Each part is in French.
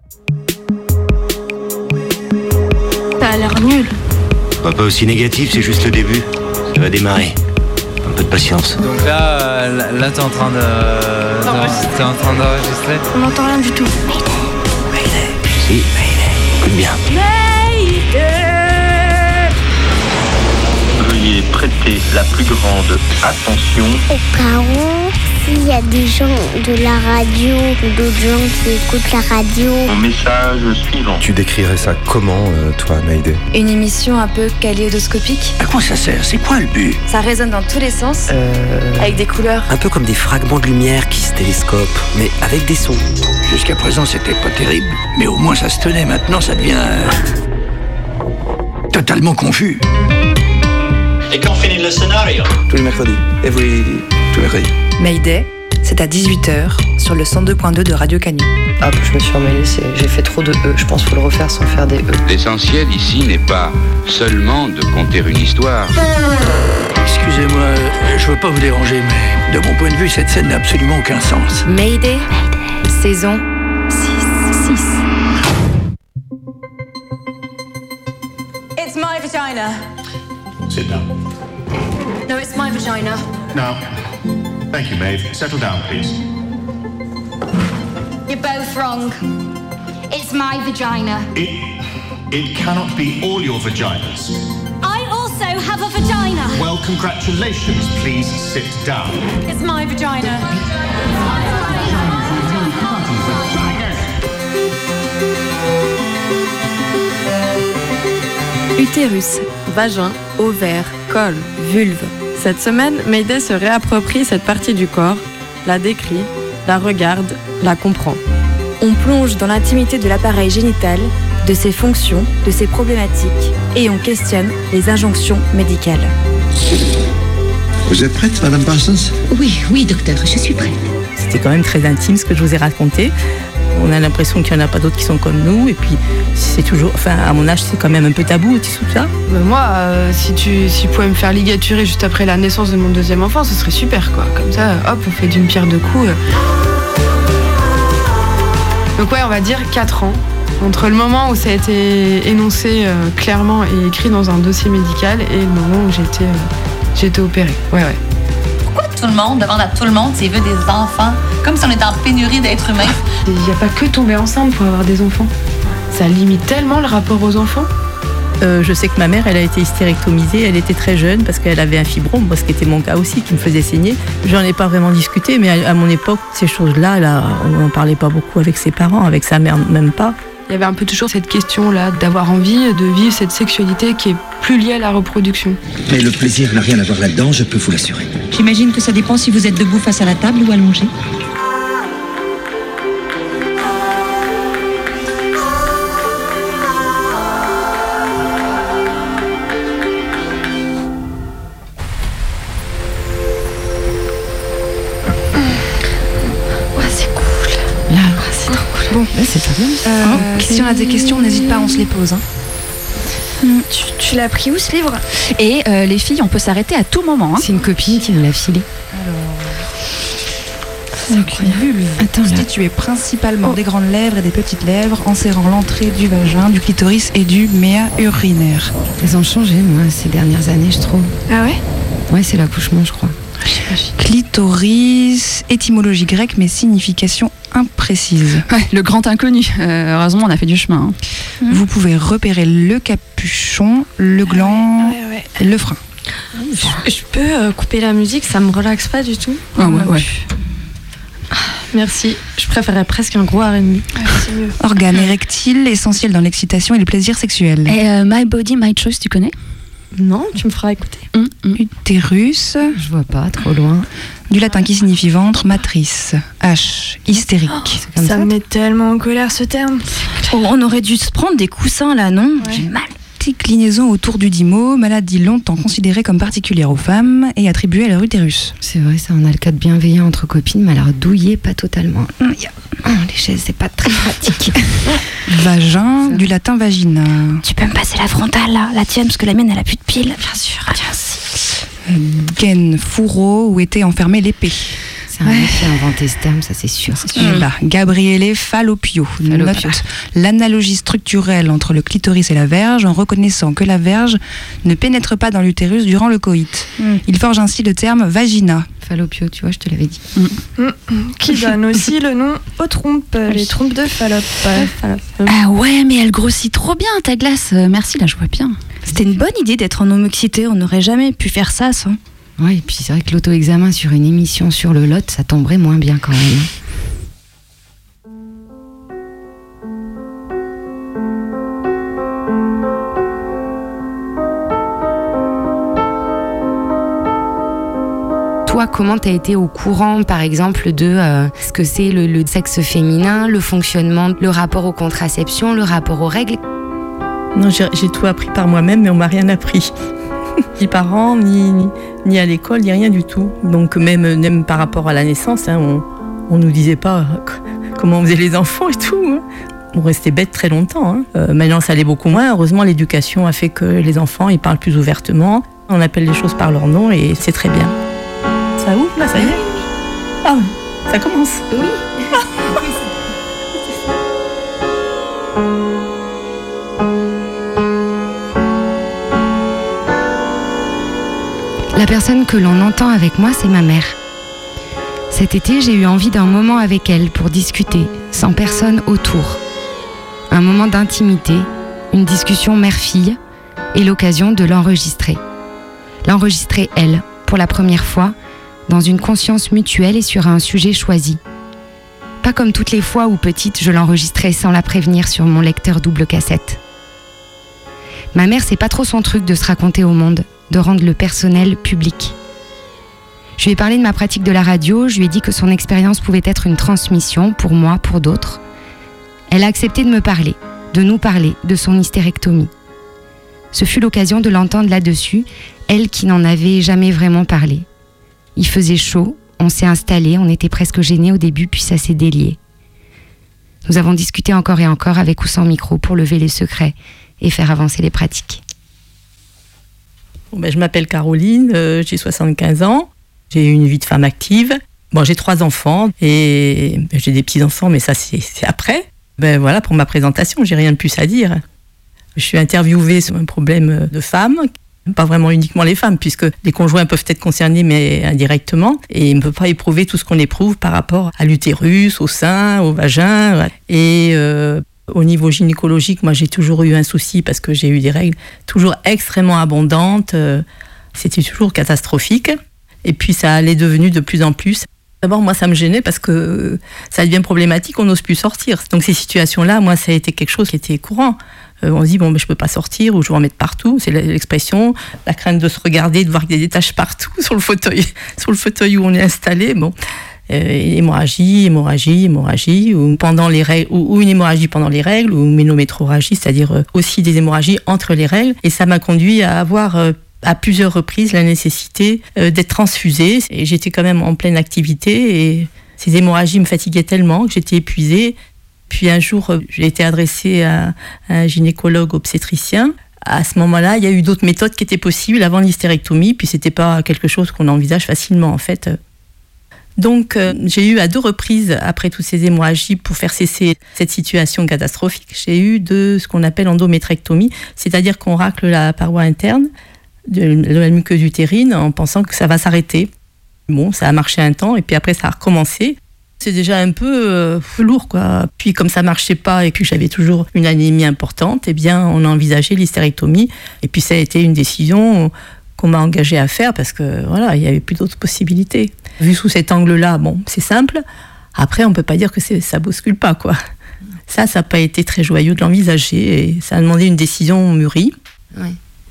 Ça a l'air nul. Pas aussi négatif, c'est juste le début. Ça va démarrer. Un peu de patience. Donc là t'es en train d'enregistrer. On n'entend rien du tout. Si, écoute bien. Veuillez prêter la plus grande attention. Au cas où, s'il y a des gens de la radio ou d'autres gens qui écoutent la radio. Mon message suivant. Tu décrirais ça comment, toi, Mayday ? Une émission un peu kaléidoscopique. À quoi ça sert ? C'est quoi le but ? Ça résonne dans tous les sens, avec des couleurs. Un peu comme des fragments de lumière qui se télescopent, mais avec des sons. Jusqu'à présent, c'était pas terrible. Mais au moins, ça se tenait. Maintenant, ça devient... totalement confus. Et quand finit le scénario? Tous les mercredis. Tous les mercredis. Mayday, c'est à 18h sur le 102.2 de Radio Canu. Ah, je me suis emmêlée, j'ai fait trop de E. Je pense qu'il faut le refaire sans faire des E. L'essentiel ici n'est pas seulement de conter une histoire. Excusez-moi, je veux pas vous déranger, mais de mon point de vue, cette scène n'a absolument aucun sens. Mayday, saison 6. It's my vagina. Sit down. No, it's my vagina. Now, thank you, Maeve. Settle down, please. You're both wrong. It's my vagina. It cannot be all your vaginas. I also have a vagina. Well, congratulations. Please sit down. It's my vagina. Utérus, vagin, ovaire, col, vulve. Cette semaine, Mayday se réapproprie cette partie du corps, la décrit, la regarde, la comprend. On plonge dans l'intimité de l'appareil génital, de ses fonctions, de ses problématiques, et on questionne les injonctions médicales. Vous êtes prête, Madame Parsons ? Oui, docteur, je suis prête. C'était quand même très intime ce que je vous ai raconté. On a l'impression qu'il n'y en a pas d'autres qui sont comme nous. Et puis, c'est toujours... Enfin, à mon âge, c'est quand même un peu tabou, tout ça. Moi, si tu pouvais me faire ligaturer juste après la naissance de mon deuxième enfant, ce serait super, quoi. Comme ça, hop, on fait d'une pierre deux coups. Donc ouais, on va dire 4 ans. Entre le moment où ça a été énoncé clairement et écrit dans un dossier médical et le moment où j'ai été opérée. Ouais. Pourquoi tout le monde demande à tout le monde s'il veut des enfants, comme si on était en pénurie d'êtres humains? Il n'y a pas que tomber enceinte pour avoir des enfants. Ça limite tellement le rapport aux enfants. Je sais que ma mère, elle a été hystérectomisée, elle était très jeune parce qu'elle avait un fibrome, ce qui était mon cas aussi, qui me faisait saigner. J'en ai pas vraiment discuté, mais à mon époque, ces choses-là, on n'en parlait pas beaucoup avec ses parents, avec sa mère même pas. Il y avait un peu toujours cette question-là, d'avoir envie de vivre cette sexualité qui est plus liée à la reproduction. Mais le plaisir n'a rien à voir là-dedans, je peux vous l'assurer. J'imagine que ça dépend si vous êtes debout face à la table ou allongé. Bon, c'est pas bien. Si on a des questions, n'hésite pas, on se les pose. Tu l'as pris où ce livre ? Et les filles, on peut s'arrêter à tout moment. C'est une copine qui nous l'a filé. C'est incroyable. Constitué principalement des grandes lèvres et des petites lèvres, enserrant l'entrée du vagin, du clitoris et du méa urinaire. Elles ont changé, moi, ces dernières années, je trouve. Ah ouais ? Ouais, c'est l'accouchement, je crois. Clitoris, étymologie grecque, mais signification imprécise. Ouais, le grand inconnu. Heureusement, on a fait du chemin. Vous pouvez repérer le capuchon, le gland, le frein. Je peux couper la musique, ça me relaxe pas du tout. Ah ouais. Merci, je préférais presque un gros R&B. C'est mieux. Organe érectile, essentiel dans l'excitation et le plaisir sexuel. Et My Body, My Choice, tu connais ? Non, tu me feras écouter. Utérus. Je vois pas, trop loin. Du latin qui signifie ventre, matrice. H, hystérique. Ça me met tellement en colère ce terme. On aurait dû se prendre des coussins là, non ? J'ai mal. Clinaison autour du dimo, maladie longtemps considérée comme particulière aux femmes et attribuée à leur utérus. C'est vrai, ça, on a le cadre bienveillant entre copines, mais alors douillé, pas totalement. Les chaises, c'est pas très pratique. Vagin, du latin vagina. Tu peux me passer la frontale, là, la tienne, parce que la mienne, elle a plus de piles. Bien sûr. Gaine, fourreau où était enfermée l'épée. C'est un mec qui a inventé ce terme, ça c'est sûr. Là, Gabriele Fallopio note l'analogie structurelle entre le clitoris et la verge en reconnaissant que la verge ne pénètre pas dans l'utérus durant le coït. Il forge ainsi le terme vagina. Fallopio, tu vois, je te l'avais dit. Qui donne aussi le nom aux trompes, les trompes de Fallope. Ah ouais, mais elle grossit trop bien ta glace. Merci, là je vois bien. C'était une bonne idée d'être en homoxité, on n'aurait jamais pu faire ça sans. Ouais, et puis c'est vrai que l'auto-examen sur une émission sur le lot, ça tomberait moins bien quand même. Toi, comment t'as été au courant, par exemple, de ce que c'est le sexe féminin, le fonctionnement, le rapport aux contraceptions, le rapport aux règles? Non, j'ai tout appris par moi-même, mais on m'a rien appris. Ni parents, ni à l'école, ni rien du tout. Donc même par rapport à la naissance, hein, on nous disait pas comment on faisait les enfants et tout. Hein. On restait bêtes très longtemps. Hein. Maintenant, ça allait beaucoup moins. Heureusement, l'éducation a fait que les enfants, ils parlent plus ouvertement. On appelle les choses par leur nom et c'est très bien. Ça ouvre là, ça y est. Ah, ça commence. Oui. La personne que l'on entend avec moi, c'est ma mère. Cet été, j'ai eu envie d'un moment avec elle pour discuter, sans personne autour. Un moment d'intimité, une discussion mère-fille, et l'occasion de l'enregistrer. L'enregistrer, elle, pour la première fois, dans une conscience mutuelle et sur un sujet choisi. Pas comme toutes les fois où petite, je l'enregistrais sans la prévenir sur mon lecteur double cassette. Ma mère, c'est pas trop son truc de se raconter au monde, de rendre le personnel public. Je lui ai parlé de ma pratique de la radio, je lui ai dit que son expérience pouvait être une transmission pour moi, pour d'autres. Elle a accepté de me parler, de nous parler de son hystérectomie. Ce fut l'occasion de l'entendre là-dessus, elle qui n'en avait jamais vraiment parlé. Il faisait chaud, on s'est installé, on était presque gênés au début, puis ça s'est délié. Nous avons discuté encore et encore avec ou sans micro pour lever les secrets et faire avancer les pratiques. Je m'appelle Caroline, j'ai 75 ans, j'ai une vie de femme active. Bon, j'ai 3 enfants et j'ai des petits-enfants, mais ça c'est après. Voilà pour ma présentation, j'ai rien de plus à dire. Je suis interviewée sur un problème de femmes, pas vraiment uniquement les femmes, puisque les conjoints peuvent être concernés, mais indirectement, et on ne peut pas éprouver tout ce qu'on éprouve par rapport à l'utérus, au sein, au vagin, et au niveau gynécologique, moi j'ai toujours eu un souci parce que j'ai eu des règles toujours extrêmement abondantes. C'était toujours catastrophique. Et puis ça allait devenu de plus en plus. D'abord, moi ça me gênait parce que ça devient problématique, on n'ose plus sortir. Donc ces situations-là, moi ça a été quelque chose qui était courant. On se dit, bon, je peux pas sortir ou je vais en mettre partout. C'est l'expression, la crainte de se regarder, de voir qu'il y a des taches partout sur le fauteuil où on est installé. Bon. Hémorragie, ou pendant les règles, ou une hémorragie pendant les règles, ou ménométrorragie, c'est-à-dire aussi des hémorragies entre les règles. Et ça m'a conduit à avoir à plusieurs reprises la nécessité d'être transfusée. Et j'étais quand même en pleine activité et ces hémorragies me fatiguaient tellement que j'étais épuisée. Puis un jour, j'ai été adressée à un gynécologue obstétricien. À ce moment-là, il y a eu d'autres méthodes qui étaient possibles avant l'hystérectomie, puis c'était pas quelque chose qu'on envisage facilement en fait. Donc, j'ai eu à 2 reprises, après toutes ces hémorragies, pour faire cesser cette situation catastrophique, j'ai eu de ce qu'on appelle endométrectomie, c'est-à-dire qu'on racle la paroi interne de la muqueuse utérine en pensant que ça va s'arrêter. Bon, ça a marché un temps, et puis après, ça a recommencé. C'est déjà un peu lourd, quoi. Puis, comme ça marchait pas et que j'avais toujours une anémie importante, eh bien, on a envisagé l'hystérectomie. Et puis, ça a été une décision qu'on m'a engagée à faire parce que voilà, il n'y avait plus d'autres possibilités. Vu sous cet angle-là, bon, c'est simple. Après, on ne peut pas dire que ça bouscule pas, quoi. Ça n'a pas été très joyeux de l'envisager et ça a demandé une décision mûrie. Oui.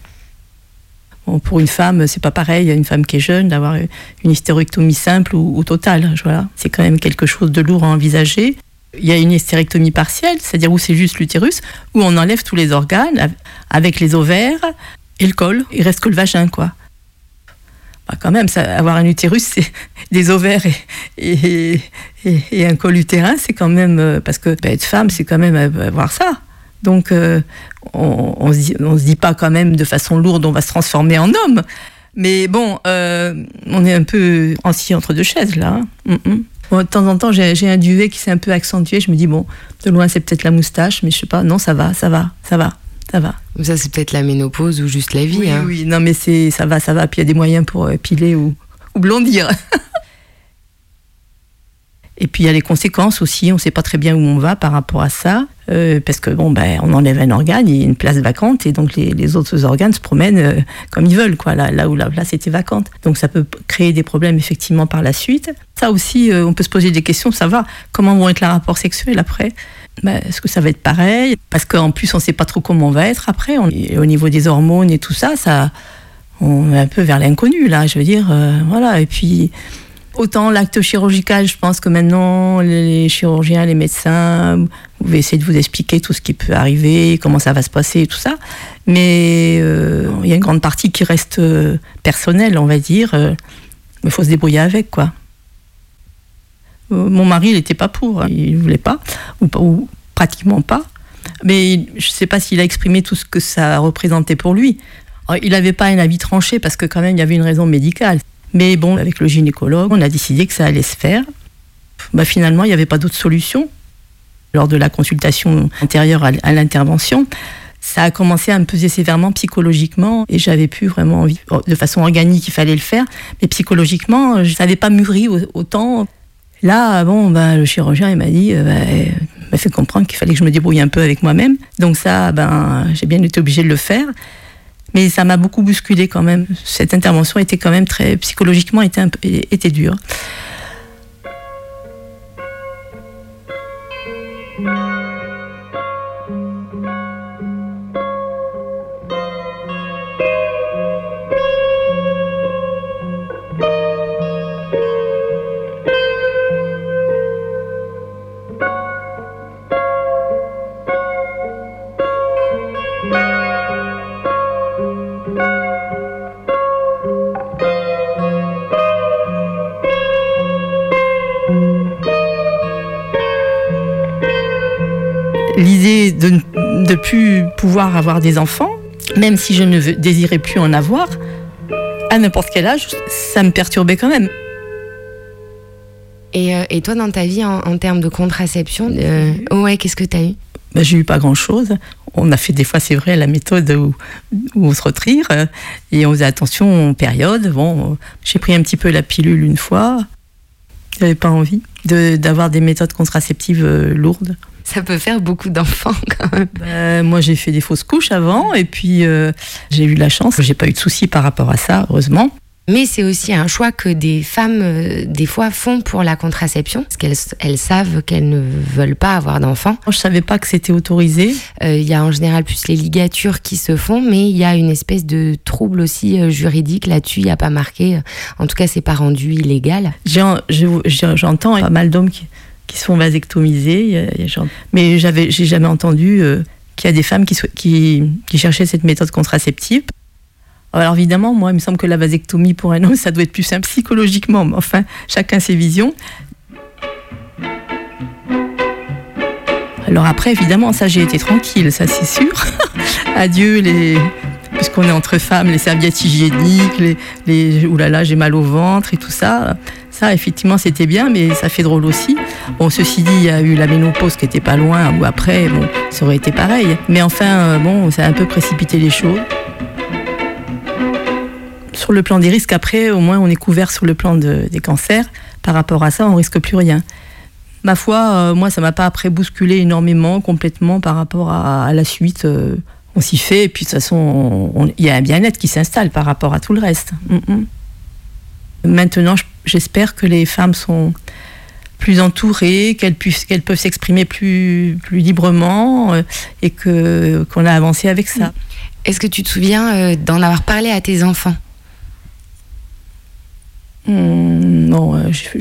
Bon, pour une femme, c'est pas pareil, une femme qui est jeune, d'avoir une hystérectomie simple ou totale. Voilà. C'est quand même quelque chose de lourd à envisager. Il y a une hystérectomie partielle, c'est-à-dire où c'est juste l'utérus, où on enlève tous les organes avec les ovaires et le col, il reste que le vagin, quoi. Quand même, avoir un utérus, c'est des ovaires et un col utérin, c'est quand même... Parce que être femme, c'est quand même avoir ça. Donc, on se dit pas quand même de façon lourde, on va se transformer en homme. Mais bon, on est un peu assis entre deux chaises, là. Bon, de temps en temps, j'ai un duvet qui s'est un peu accentué. Je me dis, bon, de loin, c'est peut-être la moustache, mais je sais pas. Non, ça va. Ça, c'est peut-être la ménopause ou juste la vie. Oui, oui, non, mais ça va. Puis il y a des moyens pour épiler ou blondir. Et puis il y a les conséquences aussi, on ne sait pas très bien où on va par rapport à ça, parce que on enlève un organe, il y a une place vacante, et donc les autres organes se promènent comme ils veulent, quoi, là où la place était vacante. Donc ça peut créer des problèmes effectivement par la suite. Ça aussi, on peut se poser des questions, savoir comment vont être les rapports sexuels après. Est-ce que ça va être pareil ? Parce qu'en plus on ne sait pas trop comment on va être après, au niveau des hormones et tout ça, on est un peu vers l'inconnu là, je veux dire, voilà, et puis... Autant l'acte chirurgical, je pense que maintenant, les chirurgiens, les médecins, vous pouvez essayer de vous expliquer tout ce qui peut arriver, comment ça va se passer et tout ça. Mais il y a une grande partie qui reste personnelle, on va dire. Mais il faut se débrouiller avec, quoi. Mon mari, il n'était pas pour. Il ne voulait pas, ou pratiquement pas. Mais je ne sais pas s'il a exprimé tout ce que ça représentait pour lui. Alors, il n'avait pas un avis tranché, parce que quand même, il y avait une raison médicale. Mais bon, avec le gynécologue, on a décidé que ça allait se faire. Finalement, il n'y avait pas d'autre solution. Lors de la consultation antérieure à l'intervention, ça a commencé à me peser sévèrement psychologiquement et j'avais plus vraiment envie. De façon organique, il fallait le faire, mais psychologiquement, je n'avais pas mûri autant. Là, le chirurgien, il m'a dit, m'a fait comprendre qu'il fallait que je me débrouille un peu avec moi-même. Donc ça, j'ai bien été obligée de le faire. Mais ça m'a beaucoup bousculé quand même. Cette intervention était quand même très... Psychologiquement, était dure. L'idée de ne plus pouvoir avoir des enfants, même si je ne désirais plus en avoir, à n'importe quel âge, ça me perturbait quand même. Et toi, dans ta vie, en termes de contraception, qu'est-ce que tu as eu ? J'ai eu pas grand-chose. On a fait des fois, c'est vrai, la méthode où on se retire, et on faisait attention aux périodes. J'ai pris un petit peu la pilule une fois. J'avais pas envie d'avoir des méthodes contraceptives lourdes. Ça peut faire beaucoup d'enfants quand même. Moi, j'ai fait des fausses couches avant et puis j'ai eu la chance. J'ai pas eu de soucis par rapport à ça, heureusement. Mais c'est aussi un choix que des femmes, des fois, font pour la contraception, parce qu'elles savent qu'elles ne veulent pas avoir d'enfants. Je savais pas que c'était autorisé. Il y a en général plus les ligatures qui se font, mais il y a une espèce de trouble aussi juridique là-dessus. Il n'y a pas marqué, en tout cas, c'est pas rendu illégal. J'entends pas mal d'hommes qui se font vasectomiser, mais j'ai jamais entendu qu'il y a des femmes qui cherchaient cette méthode contraceptive. Alors évidemment, moi, il me semble que la vasectomie pour un homme, ça doit être plus simple psychologiquement, mais enfin, chacun ses visions. Alors après, évidemment, ça, j'ai été tranquille, ça c'est sûr. Adieu puisqu'on est entre femmes, les serviettes hygiéniques, oulala, j'ai mal au ventre et tout ça. Ça, effectivement, c'était bien, mais ça fait drôle aussi. Bon, ceci dit, il y a eu la ménopause qui était pas loin, ou après, ça aurait été pareil. Mais enfin, ça a un peu précipité les choses. Sur le plan des risques, après, au moins, on est couvert sur le plan des cancers. Par rapport à ça, on risque plus rien. Ma foi, moi, ça m'a pas après bousculé énormément, complètement, par rapport à la suite. On s'y fait, et puis de toute façon, il y a un bien-être qui s'installe par rapport à tout le reste. Maintenant, j'espère que les femmes sont plus entourées, qu'elles peuvent s'exprimer plus librement, et qu'on a avancé avec ça. Est-ce que tu te souviens d'en avoir parlé à tes enfants ? Non,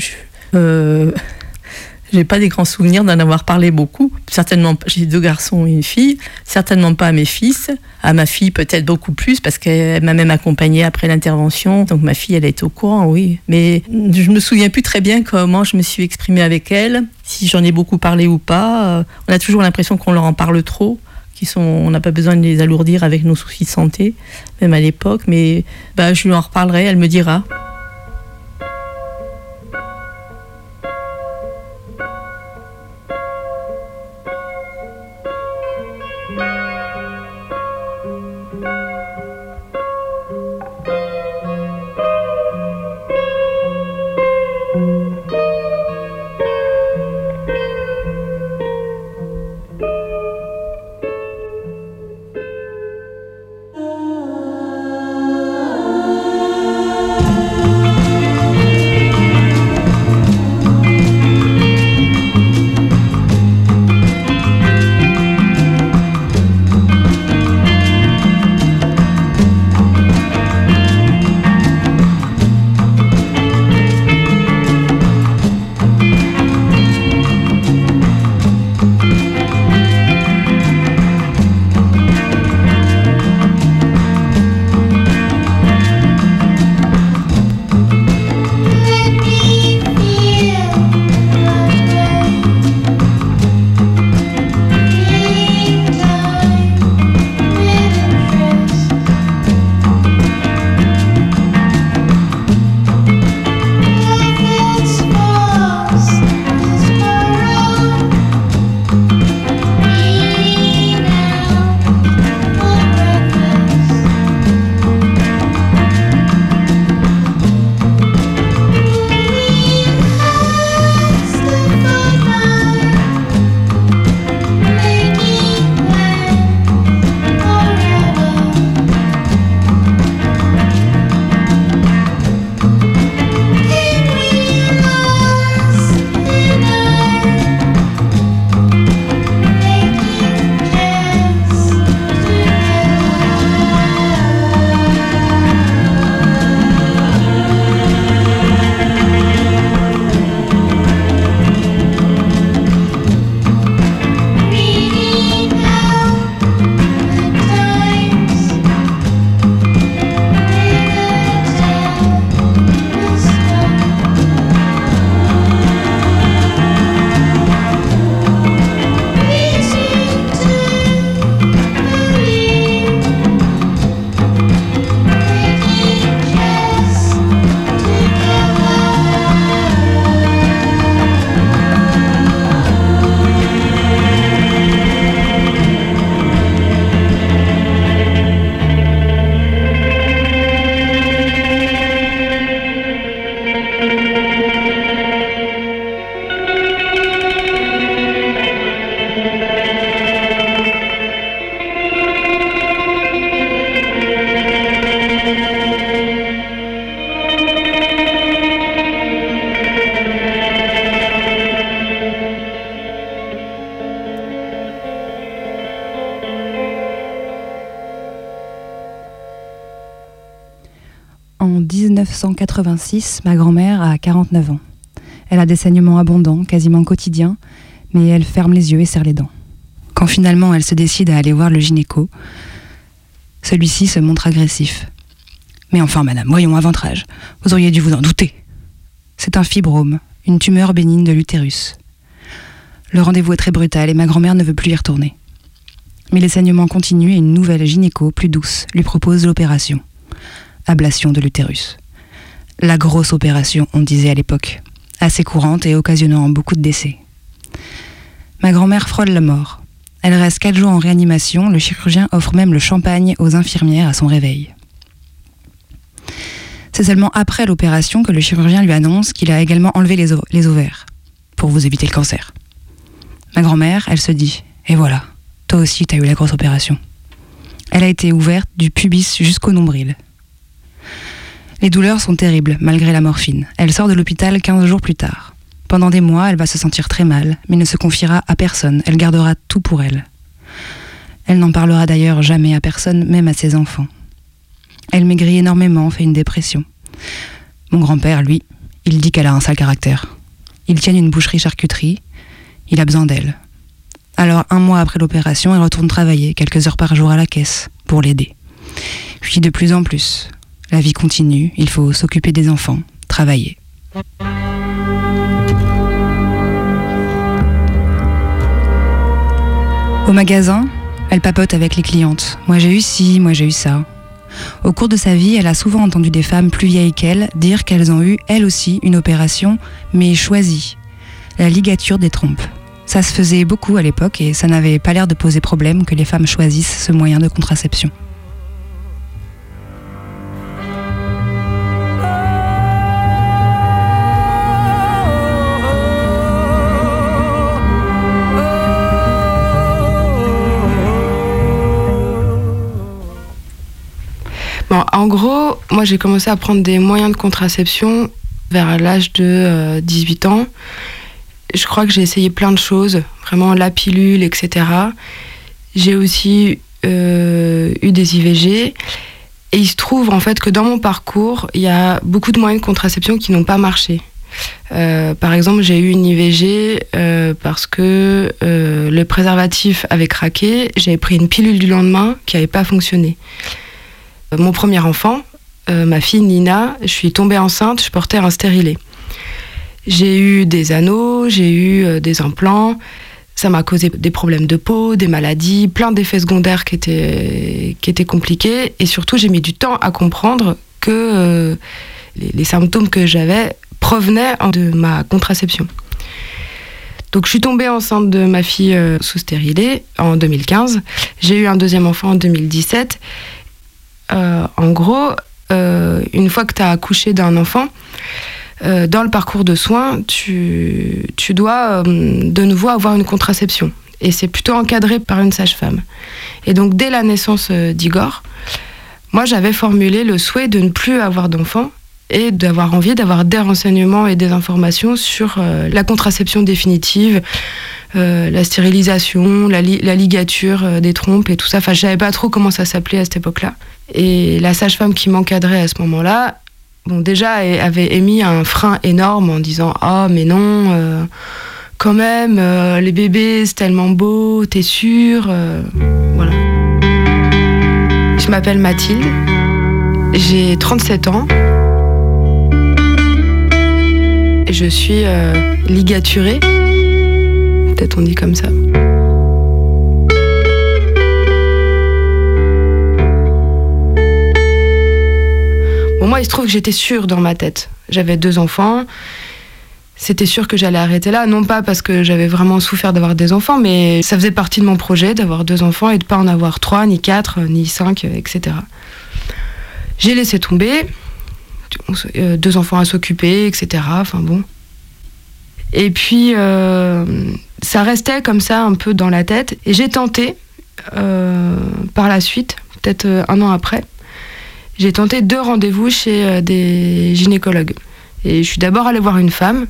j'ai pas des grands souvenirs d'en avoir parlé beaucoup. Certainement, j'ai 2 garçons et une fille. Certainement pas à mes fils. À ma fille, peut-être beaucoup plus, parce qu'elle m'a même accompagnée après l'intervention. Donc ma fille, elle est au courant, oui. Mais je me souviens plus très bien comment je me suis exprimée avec elle, si j'en ai beaucoup parlé ou pas. On a toujours l'impression qu'on leur en parle trop, on n'a pas besoin de les alourdir avec nos soucis de santé, même à l'époque. Mais je lui en reparlerai, elle me dira. En 1986, ma grand-mère a 49 ans. Elle a des saignements abondants, quasiment quotidiens, mais elle ferme les yeux et serre les dents. Quand finalement elle se décide à aller voir le gynéco, celui-ci se montre agressif. « Mais enfin, madame, voyons à votre âge, vous auriez dû vous en douter. C'est un fibrome, une tumeur bénigne de l'utérus. Le rendez-vous est très brutal et ma grand-mère ne veut plus y retourner. Mais les saignements continuent et une nouvelle gynéco, plus douce, lui propose l'opération. Ablation de l'utérus. La grosse opération, on disait à l'époque, assez courante et occasionnant beaucoup de décès. Ma grand-mère frôle la mort. Elle reste 4 jours en réanimation, le chirurgien offre même le champagne aux infirmières à son réveil. C'est seulement après l'opération que le chirurgien lui annonce qu'il a également enlevé les ovaires, pour vous éviter le cancer. Ma grand-mère, elle se dit, et voilà, toi aussi t'as eu la grosse opération. Elle a été ouverte du pubis jusqu'au nombril. Les douleurs sont terribles, malgré la morphine. Elle sort de l'hôpital 15 jours plus tard. Pendant des mois, elle va se sentir très mal, mais ne se confiera à personne. Elle gardera tout pour elle. Elle n'en parlera d'ailleurs jamais à personne, même à ses enfants. Elle maigrit énormément, fait une dépression. Mon grand-père, lui, il dit qu'elle a un sale caractère. Il tient une boucherie-charcuterie, il a besoin d'elle. Alors, 1 mois après l'opération, elle retourne travailler, quelques heures par jour à la caisse, pour l'aider. Puis de plus en plus, la vie continue, il faut s'occuper des enfants, travailler. Au magasin, Elle papote avec les clientes. Moi j'ai eu ci, moi j'ai eu ça. Au cours de sa vie, elle a souvent entendu des femmes plus vieilles qu'elle dire qu'elles ont eu, elles aussi, une opération, mais choisie. La ligature des trompes. Ça se faisait beaucoup à l'époque et ça n'avait pas l'air de poser problème que les femmes choisissent ce moyen de contraception. Bon, en gros, moi j'ai commencé à prendre des moyens de contraception vers l'âge de 18 ans. Je crois que j'ai essayé plein de choses, vraiment la pilule, etc. J'ai aussi eu des IVG. Et il se trouve en fait que dans mon parcours, il y a beaucoup de moyens de contraception qui n'ont pas marché. Par exemple, j'ai eu une IVG parce que le préservatif avait craqué. J'avais pris une pilule du lendemain qui n'avait pas fonctionné. Mon premier enfant, ma fille Nina, je suis tombée enceinte, je portais un stérilet. J'ai eu des anneaux, j'ai eu des implants. Ça m'a causé des problèmes de peau, des maladies, plein d'effets secondaires qui étaient compliqués. Et surtout, j'ai mis du temps à comprendre que les symptômes que j'avais provenaient de ma contraception. Donc je suis tombée enceinte de ma fille sous stérilet en 2015. J'ai eu un deuxième enfant en 2017. En gros, une fois que tu as accouché d'un enfant, dans le parcours de soins, tu dois de nouveau avoir une contraception. Et c'est plutôt encadré par une sage-femme. Et donc, dès la naissance d'Igor, moi, j'avais formulé le souhait de ne plus avoir d'enfant et d'avoir envie d'avoir des renseignements et des informations sur la contraception définitive, la stérilisation, la ligature des trompes et tout ça. Enfin, je savais pas trop comment ça s'appelait à cette époque-là. Et la sage-femme qui m'encadrait à ce moment-là, bon, déjà, elle avait émis un frein énorme en disant « Ah, mais non, quand même, les bébés, c'est tellement beau, t'es sûre ?» Voilà. Je m'appelle Mathilde, j'ai 37 ans. Et je suis ligaturée, peut-être on dit comme ça. Bon, moi, il se trouve que j'étais sûre dans ma tête. J'avais 2 enfants. C'était sûr que j'allais arrêter là. Non pas parce que j'avais vraiment souffert d'avoir des enfants, mais ça faisait partie de mon projet d'avoir 2 enfants et de ne pas en avoir 3, ni 4, ni 5, etc. J'ai laissé tomber. 2 enfants à s'occuper, etc. Enfin bon. Et puis, ça restait comme ça un peu dans la tête. Et j'ai tenté, par la suite, peut-être 1 an après, j'ai tenté 2 rendez-vous chez des gynécologues. Et je suis d'abord allée voir une femme.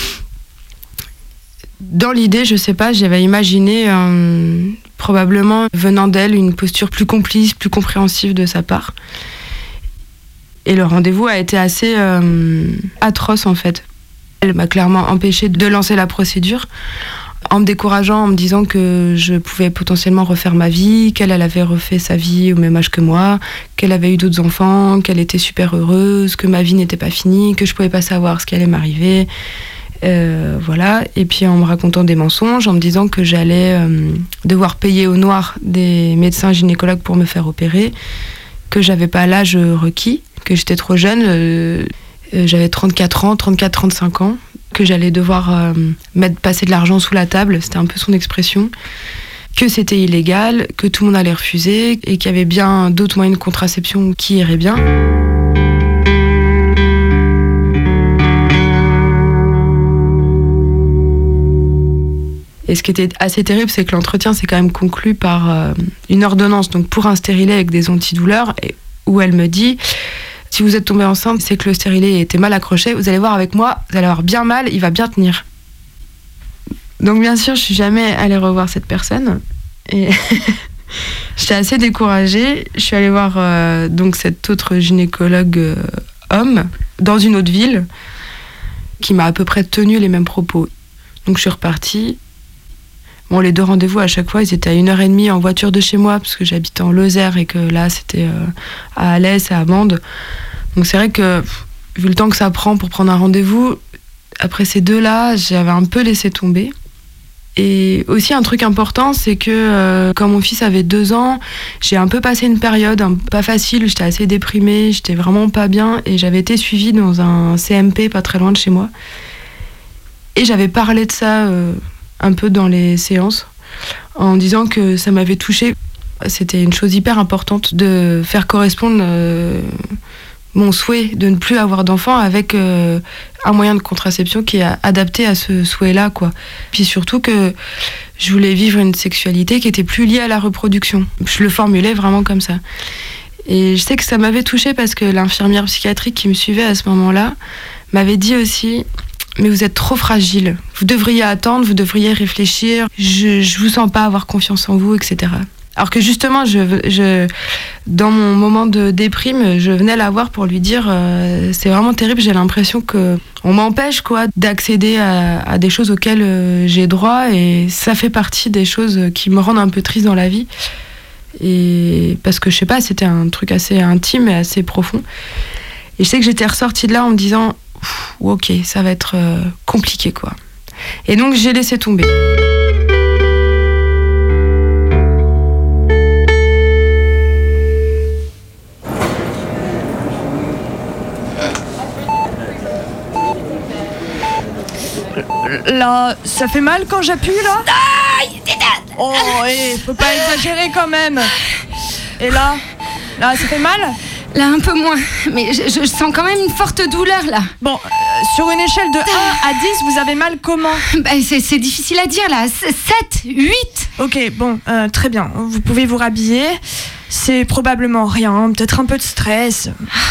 Dans l'idée, je sais pas, j'avais imaginé probablement venant d'elle une posture plus complice, plus compréhensive de sa part. Et le rendez-vous a été assez atroce en fait. Elle m'a clairement empêchée de lancer la procédure en me décourageant, en me disant que je pouvais potentiellement refaire ma vie, qu'elle avait refait sa vie au même âge que moi, qu'elle avait eu d'autres enfants, qu'elle était super heureuse, que ma vie n'était pas finie, que je pouvais pas savoir ce qui allait m'arriver. Voilà. Et puis en me racontant des mensonges, en me disant que j'allais devoir payer au noir des médecins gynécologues pour me faire opérer, que j'avais pas l'âge requis, que j'étais trop jeune, j'avais 34-35 ans, que j'allais devoir passer de l'argent sous la table, c'était un peu son expression, que c'était illégal, que tout le monde allait refuser et qu'il y avait bien d'autres moyens de contraception qui iraient bien. Et ce qui était assez terrible, c'est que l'entretien s'est quand même conclu par une ordonnance donc pour un stérilet avec des antidouleurs, où elle me dit « Si vous êtes tombée enceinte, c'est que le stérilet était mal accroché. Vous allez voir avec moi, vous allez avoir bien mal, il va bien tenir. » Donc bien sûr, je suis jamais allée revoir cette personne. Et j'étais assez découragée. Je suis allée voir donc cet autre gynécologue homme dans une autre ville qui m'a à peu près tenu les mêmes propos. Donc je suis repartie. Bon, les 2 rendez-vous, à chaque fois, ils étaient à 1h30 en voiture de chez moi, parce que j'habitais en Lozère et que là, c'était à Alès et à Mende. Donc c'est vrai que, vu le temps que ça prend pour prendre un rendez-vous, après ces 2-là, j'avais un peu laissé tomber. Et aussi un truc important, c'est que quand mon fils avait 2 ans, j'ai un peu passé une période pas facile, j'étais assez déprimée, j'étais vraiment pas bien et j'avais été suivie dans un CMP pas très loin de chez moi. Et j'avais parlé de ça un peu dans les séances en disant que ça m'avait touchée. C'était une chose hyper importante de faire correspondre mon souhait de ne plus avoir d'enfant avec un moyen de contraception qui est adapté à ce souhait-là, quoi. Puis surtout que je voulais vivre une sexualité qui était plus liée à la reproduction. Je le formulais vraiment comme ça. Et je sais que ça m'avait touchée parce que l'infirmière psychiatrique qui me suivait à ce moment-là m'avait dit aussi « Mais vous êtes trop fragile. Vous devriez attendre, vous devriez réfléchir. Je vous sens pas avoir confiance en vous, etc. » Alors que justement, dans mon moment de déprime, je venais la voir pour lui dire c'est vraiment terrible, j'ai l'impression qu'on m'empêche d'accéder à des choses auxquelles j'ai droit et ça fait partie des choses qui me rendent un peu triste dans la vie. Et parce que je sais pas, c'était un truc assez intime et assez profond. Et je sais que j'étais ressortie de là en me disant ok, ça va être compliqué quoi. Et donc j'ai laissé tomber. Là, ça fait mal quand j'appuie là ? Oh, faut pas exagérer quand même. Et là, ça fait mal ? Là, un peu moins, mais je sens quand même une forte douleur là. Bon, sur une échelle de 1 à 10, vous avez mal comment ? C'est difficile à dire là, 7, 8. Ok, bon, très bien, vous pouvez vous rhabiller. C'est probablement rien, peut-être un peu de stress.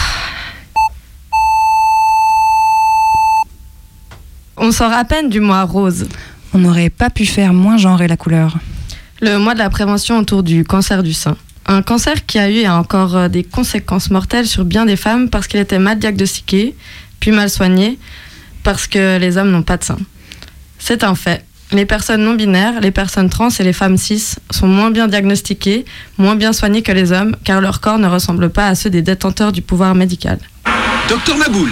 On sort à peine du mois rose. On n'aurait pas pu faire moins genrer la couleur. Le mois de la prévention autour du cancer du sein. Un cancer qui a eu et a encore des conséquences mortelles sur bien des femmes parce qu'il était mal diagnostiqué, puis mal soigné, parce que les hommes n'ont pas de sein. C'est un fait. Les personnes non binaires, les personnes trans et les femmes cis sont moins bien diagnostiquées, moins bien soignées que les hommes, car leur corps ne ressemble pas à ceux des détenteurs du pouvoir médical. Docteur Maboul.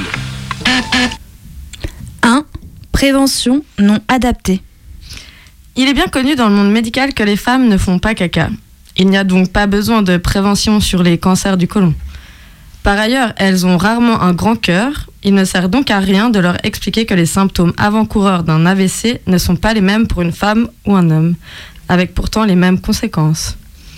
1. Prévention non adaptée. Il est bien connu dans le monde médical que les femmes ne font pas caca. Il n'y a donc pas besoin de prévention sur les cancers du côlon. Par ailleurs, elles ont rarement un grand cœur. Il ne sert donc à rien de leur expliquer que les symptômes avant-coureurs d'un AVC ne sont pas les mêmes pour une femme ou un homme, avec pourtant les mêmes conséquences.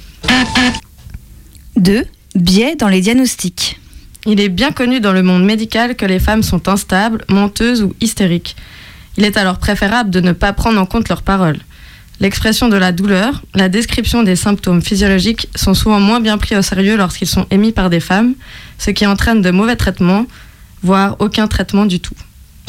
2. Biais dans les diagnostics. Il est bien connu dans le monde médical que les femmes sont instables, menteuses ou hystériques. Il est alors préférable de ne pas prendre en compte leurs paroles. L'expression de la douleur, la description des symptômes physiologiques sont souvent moins bien pris au sérieux lorsqu'ils sont émis par des femmes, ce qui entraîne de mauvais traitements, voire aucun traitement du tout.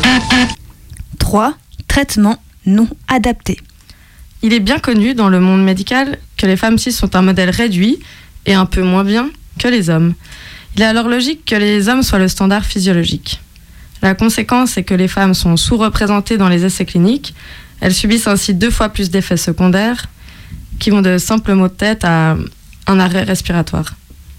3. Traitement non adapté. Il est bien connu dans le monde médical que les femmes cis sont un modèle réduit et un peu moins bien que les hommes. Il est alors logique que les hommes soient le standard physiologique. La conséquence est que les femmes sont sous-représentées dans les essais cliniques. Elles subissent ainsi 2 fois plus d'effets secondaires qui vont de simples maux de tête à un arrêt respiratoire.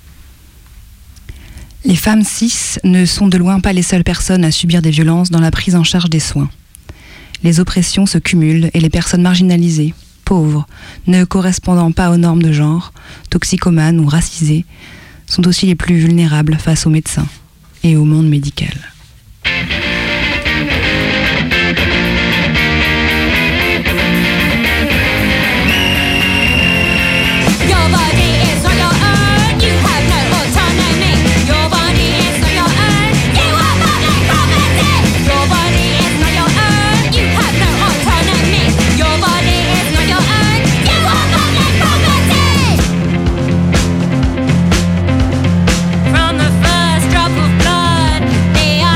Les femmes cis ne sont de loin pas les seules personnes à subir des violences dans la prise en charge des soins. Les oppressions se cumulent et les personnes marginalisées, pauvres, ne correspondant pas aux normes de genre, toxicomanes ou racisées, sont aussi les plus vulnérables face aux médecins et au monde médical. From the first drop of blood, they are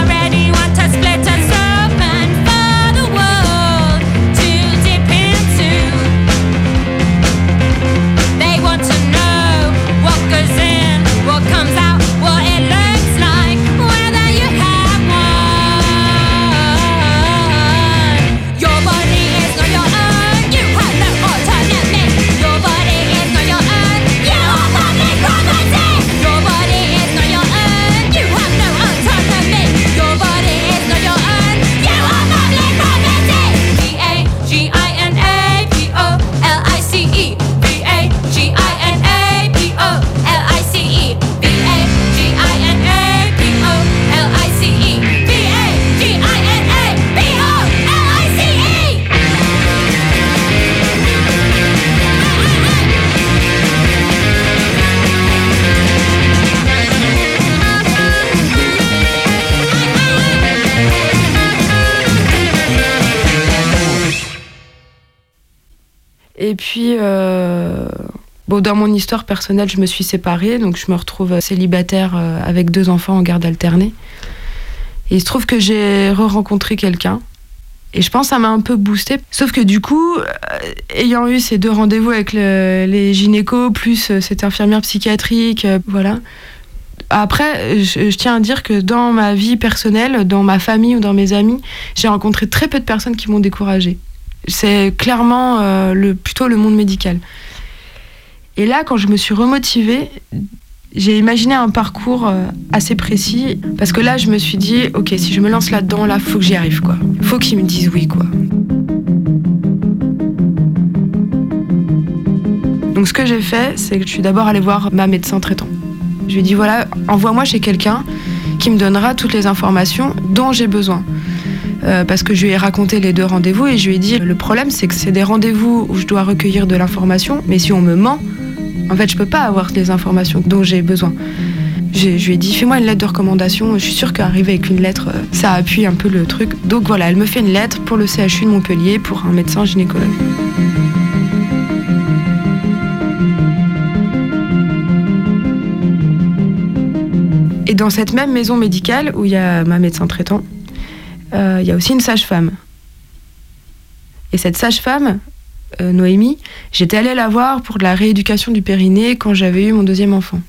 Et puis, dans mon histoire personnelle, je me suis séparée, donc je me retrouve célibataire avec 2 enfants en garde alternée. Et il se trouve que j'ai re-rencontré quelqu'un. Et je pense que ça m'a un peu boostée. Sauf que du coup, ayant eu ces 2 rendez-vous avec les gynécos, plus cette infirmière psychiatrique, voilà. Après, je tiens à dire que dans ma vie personnelle, dans ma famille ou dans mes amis, j'ai rencontré très peu de personnes qui m'ont découragée. C'est clairement plutôt le monde médical. Et là, quand je me suis remotivée, j'ai imaginé un parcours assez précis, parce que là, je me suis dit, ok, si je me lance là-dedans, là, faut que j'y arrive, quoi. Faut qu'ils me disent oui, quoi. Donc, ce que j'ai fait, c'est que je suis d'abord allée voir ma médecin traitant. Je lui ai dit, voilà, envoie-moi chez quelqu'un qui me donnera toutes les informations dont j'ai besoin. Parce que je lui ai raconté les 2 rendez-vous et je lui ai dit, le problème, c'est que c'est des rendez-vous où je dois recueillir de l'information, mais si on me ment, en fait, je peux pas avoir les informations dont j'ai besoin. Je lui ai dit, fais-moi une lettre de recommandation. Je suis sûre qu'arriver avec une lettre, ça appuie un peu le truc. Donc voilà, elle me fait une lettre pour le CHU de Montpellier, pour un médecin gynécologue. Et dans cette même maison médicale, où il y a ma médecin traitant, il y a aussi une sage-femme. Et cette sage-femme, Noémie, j'étais allée la voir pour de la rééducation du périnée quand j'avais eu mon 2e enfant.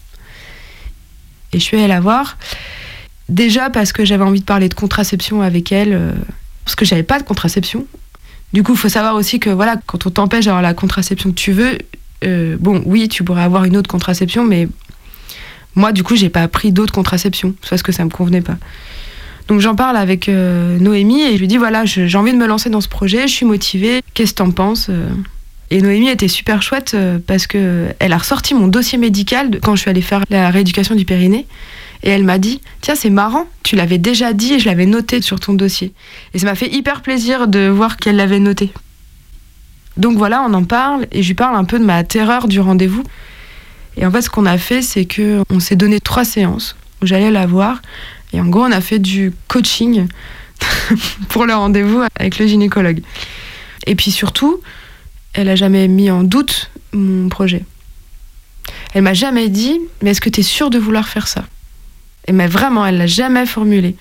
Et je suis allée la voir, déjà parce que j'avais envie de parler de contraception avec elle, parce que j'avais pas de contraception. Du coup, il faut savoir aussi que voilà, quand on t'empêche d'avoir la contraception que tu veux, oui, tu pourrais avoir une autre contraception, mais moi, du coup, j'ai pas pris d'autres contraceptions, parce que ça me convenait pas. Donc j'en parle avec Noémie et je lui dis voilà, j'ai envie de me lancer dans ce projet, je suis motivée, qu'est-ce que t'en penses ? Et Noémie était super chouette parce qu'elle a ressorti mon dossier médical quand je suis allée faire la rééducation du périnée et elle m'a dit tiens, c'est marrant, tu l'avais déjà dit et je l'avais noté sur ton dossier. Et ça m'a fait hyper plaisir de voir qu'elle l'avait noté. Donc voilà, on en parle et je lui parle un peu de ma terreur du rendez-vous. Et en fait, ce qu'on a fait, c'est qu'on s'est donné 3 séances où j'allais la voir. Et en gros, on a fait du coaching pour le rendez-vous avec le gynécologue. Et puis surtout, elle n'a jamais mis en doute mon projet. Elle m'a jamais dit « Mais est-ce que tu es sûre de vouloir faire ça ?» Mais vraiment, elle l'a jamais formulé.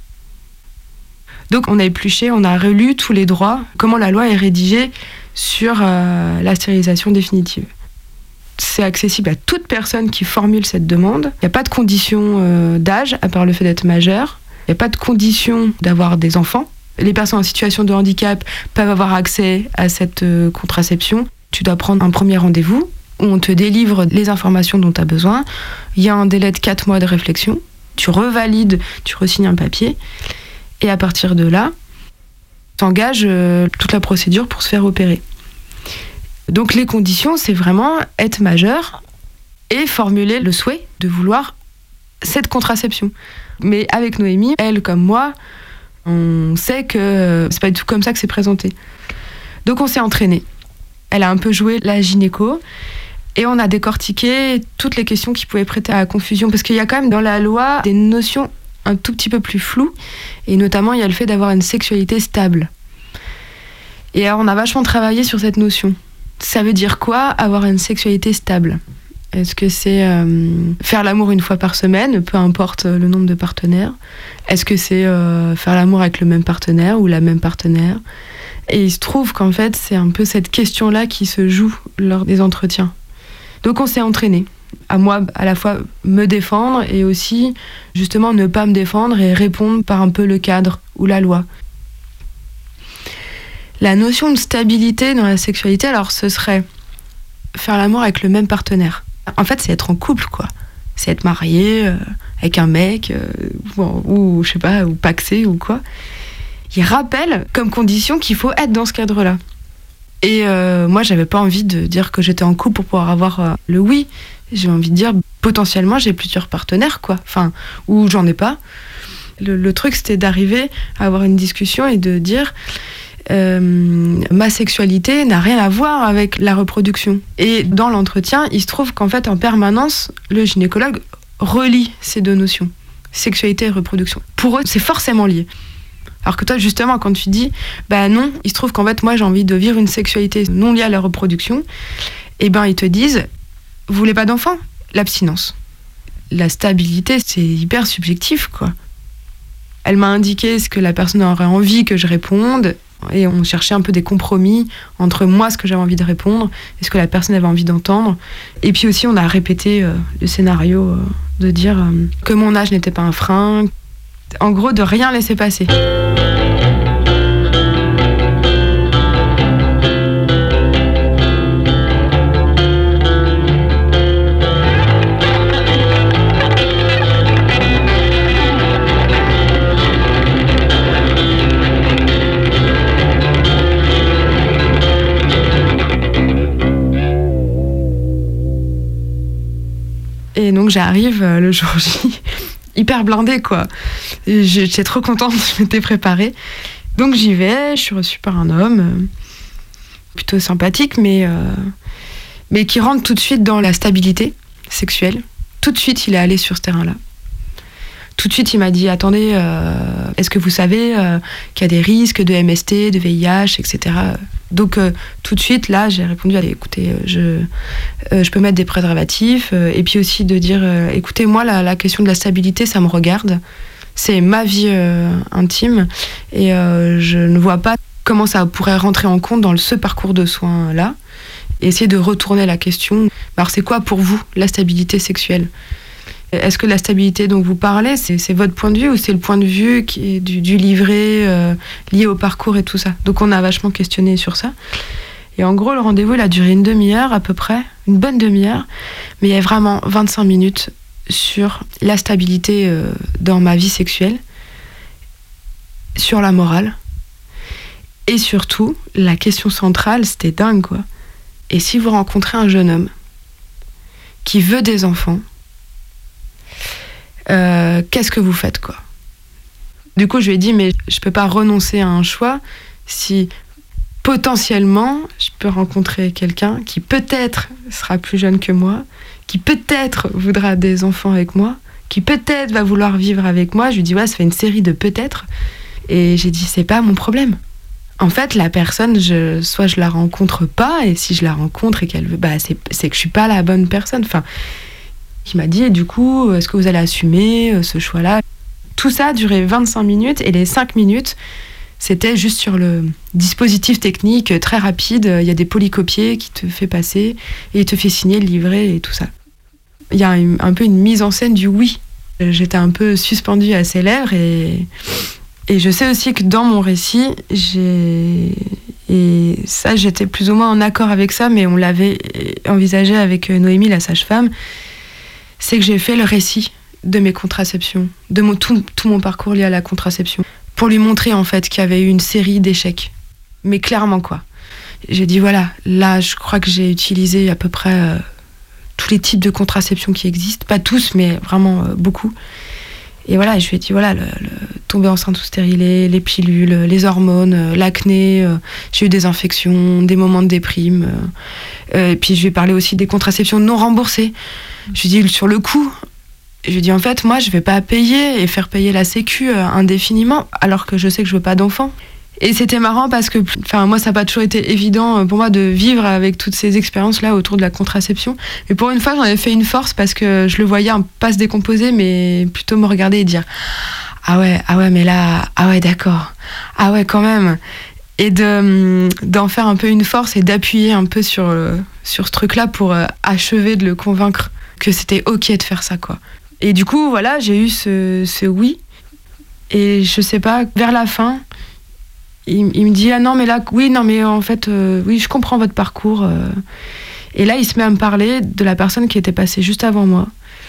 Donc on a épluché, on a relu tous les droits, comment la loi est rédigée sur la stérilisation définitive. C'est accessible à toute personne qui formule cette demande. Il n'y a pas de condition d'âge, à part le fait d'être majeur. Il n'y a pas de condition d'avoir des enfants. Les personnes en situation de handicap peuvent avoir accès à cette contraception. Tu dois prendre un premier rendez-vous où on te délivre les informations dont tu as besoin. Il y a un délai de 4 mois de réflexion. Tu revalides, tu resignes un papier. Et à partir de là, tu engages toute la procédure pour se faire opérer. Donc les conditions, c'est vraiment être majeur et formuler le souhait de vouloir cette contraception. Mais avec Noémie, elle comme moi, on sait que c'est pas du tout comme ça que c'est présenté. Donc on s'est entraîné. Elle a un peu joué la gynéco et on a décortiqué toutes les questions qui pouvaient prêter à la confusion, parce qu'il y a quand même dans la loi des notions un tout petit peu plus floues, et notamment il y a le fait d'avoir une sexualité stable. Et alors on a vachement travaillé sur cette notion. Ça veut dire quoi, avoir une sexualité stable ? Est-ce que c'est faire l'amour une fois par semaine, peu importe le nombre de partenaires ? Est-ce que c'est faire l'amour avec le même partenaire ou la même partenaire ? Et il se trouve qu'en fait, c'est un peu cette question-là qui se joue lors des entretiens. Donc on s'est entraîné. À moi, à la fois me défendre et aussi, justement, ne pas me défendre et répondre par un peu le cadre ou la loi. La notion de stabilité dans la sexualité, alors ce serait faire l'amour avec le même partenaire. En fait, c'est être en couple, quoi. C'est être marié avec un mec, ou je sais pas, ou paxé ou quoi. Il rappelle comme condition qu'il faut être dans ce cadre-là. Et moi, j'avais pas envie de dire que j'étais en couple pour pouvoir avoir le oui. J'ai envie de dire, potentiellement, j'ai plusieurs partenaires, quoi. Enfin, ou j'en ai pas. Le truc, c'était d'arriver à avoir une discussion et de dire... ma sexualité n'a rien à voir avec la reproduction. Et dans l'entretien, il se trouve qu'en fait, en permanence, le gynécologue relie ces deux notions, sexualité et reproduction. Pour eux, c'est forcément lié. Alors que toi, justement, quand tu dis, non, il se trouve qu'en fait, moi, j'ai envie de vivre une sexualité non liée à la reproduction, ils te disent, vous voulez pas d'enfant ? L'abstinence. La stabilité, c'est hyper subjectif, quoi. Elle m'a indiqué ce que la personne aurait envie que je réponde, et on cherchait un peu des compromis entre moi, ce que j'avais envie de répondre, et ce que la personne avait envie d'entendre. Et puis aussi, on a répété le scénario de dire que mon âge n'était pas un frein, en gros, de rien laisser passer. Et donc j'arrive le jour J, hyper blindée, quoi. J'étais trop contente, je m'étais préparée. Donc j'y vais, je suis reçue par un homme plutôt sympathique, mais qui rentre tout de suite dans la stabilité sexuelle. Tout de suite, il est allé sur ce terrain-là. Tout de suite, il m'a dit, attendez, est-ce que vous savez qu'il y a des risques de MST, de VIH, etc. Donc, tout de suite, là, j'ai répondu, allez, écoutez, je peux mettre des préservatifs. Et puis aussi de dire, écoutez, moi, la question de la stabilité, ça me regarde. C'est ma vie intime. Et je ne vois pas comment ça pourrait rentrer en compte dans ce parcours de soins-là. Et essayer de retourner la question. Alors, c'est quoi pour vous, la stabilité sexuelle ? Est-ce que la stabilité dont vous parlez, c'est votre point de vue ou c'est le point de vue qui est du livret lié au parcours et tout ça ? Donc on a vachement questionné sur ça. Et en gros, le rendez-vous, il a duré une demi-heure à peu près, une bonne demi-heure. Mais il y a vraiment 25 minutes sur la stabilité dans ma vie sexuelle, sur la morale. Et surtout, la question centrale, c'était dingue, quoi. Et si vous rencontrez un jeune homme qui veut des enfants, qu'est-ce que vous faites, quoi ? Du coup, je lui ai dit, mais je peux pas renoncer à un choix si potentiellement je peux rencontrer quelqu'un qui peut-être sera plus jeune que moi, qui peut-être voudra des enfants avec moi, qui peut-être va vouloir vivre avec moi. Je lui ai dit, ouais, ça fait une série de peut-être. Et j'ai dit, c'est pas mon problème. En fait, la personne, soit je la rencontre pas, et si je la rencontre et qu'elle veut, c'est que je suis pas la bonne personne. Enfin, qui m'a dit, et du coup, est-ce que vous allez assumer ce choix-là ? Tout ça a duré 25 minutes, et les 5 minutes, c'était juste sur le dispositif technique très rapide. Il y a des polycopiers qui te fait passer, et il te fait signer le livret et tout ça. Il y a un peu une mise en scène du oui. J'étais un peu suspendue à ses lèvres, et je sais aussi que dans mon récit, et ça, j'étais plus ou moins en accord avec ça, mais on l'avait envisagé avec Noémie, la sage-femme, c'est que j'ai fait le récit de mes contraceptions, de tout mon parcours lié à la contraception, pour lui montrer en fait qu'il y avait eu une série d'échecs. Mais clairement, quoi. J'ai dit, voilà, là, je crois que j'ai utilisé à peu près tous les types de contraception qui existent, pas tous, mais vraiment beaucoup. Et voilà, je lui ai dit, voilà, tomber enceinte ou stérilée, les pilules, les hormones, l'acné, j'ai eu des infections, des moments de déprime. Et puis je lui ai parlé aussi des contraceptions non remboursées. Je lui ai dit, sur le coup, je lui ai dit, en fait, moi, je vais pas payer et faire payer la Sécu indéfiniment, alors que je sais que je veux pas d'enfant. Et c'était marrant parce que, moi, ça n'a pas toujours été évident pour moi de vivre avec toutes ces expériences-là autour de la contraception. Mais pour une fois, j'en avais fait une force parce que je le voyais pas se décomposer, mais plutôt me regarder et dire « Ah ouais, mais là, ah ouais, d'accord. Ah ouais, quand même. » Et d'en faire un peu une force et d'appuyer un peu sur ce truc-là pour achever de le convaincre que c'était OK de faire ça, quoi. Et du coup, voilà, j'ai eu ce oui. Et je sais pas, vers la fin, il me dit, ah non, mais là, oui, non, mais en fait, oui, je comprends votre parcours. Et là, il se met à me parler de la personne qui était passée juste avant moi.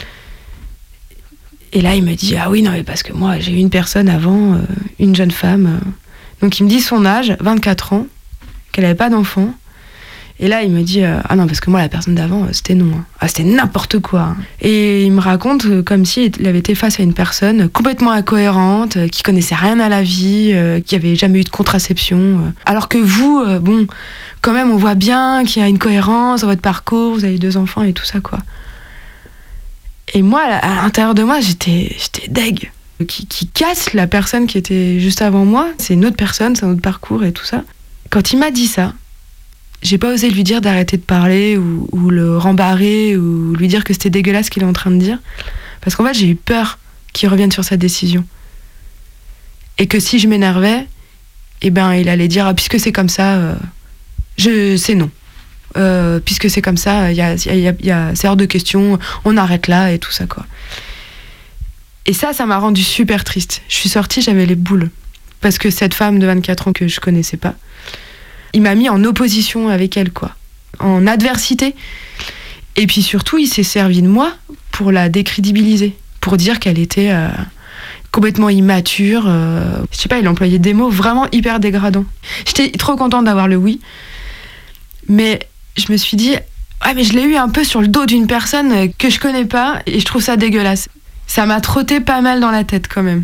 Et là, il me dit, ah oui, non, mais parce que moi, j'ai eu une personne avant, une jeune femme. Donc, il me dit son âge, 24 ans, qu'elle n'avait pas d'enfant. Et là, il me dit, ah non, parce que moi, la personne d'avant, c'était non. Hein. Ah, c'était n'importe quoi. Hein. Et il me raconte comme s'il avait été face à une personne complètement incohérente, qui connaissait rien à la vie, qui avait jamais eu de contraception. Alors que vous, bon, quand même, on voit bien qu'il y a une cohérence dans votre parcours, vous avez 2 enfants et tout ça, quoi. Et moi, à l'intérieur de moi, j'étais deg. qui casse la personne qui était juste avant moi. C'est une autre personne, c'est un autre parcours et tout ça. Quand il m'a dit ça, j'ai pas osé lui dire d'arrêter de parler ou le rembarrer ou lui dire que c'était dégueulasse ce qu'il est en train de dire. Parce qu'en fait, j'ai eu peur qu'il revienne sur sa décision. Et que si je m'énervais, il allait dire « Ah, puisque c'est comme ça, c'est non. Puisque c'est comme ça, c'est hors de question, on arrête là et tout ça, quoi. » Et ça m'a rendue super triste. Je suis sortie, j'avais les boules. Parce que cette femme de 24 ans que je connaissais pas, il m'a mis en opposition avec elle, quoi. En adversité. Et puis surtout, il s'est servi de moi pour la décrédibiliser. Pour dire qu'elle était complètement immature. Je sais pas, il employait des mots vraiment hyper dégradants. J'étais trop contente d'avoir le oui. Mais je me suis dit, ouais, mais je l'ai eu un peu sur le dos d'une personne que je connais pas et je trouve ça dégueulasse. Ça m'a trotté pas mal dans la tête quand même.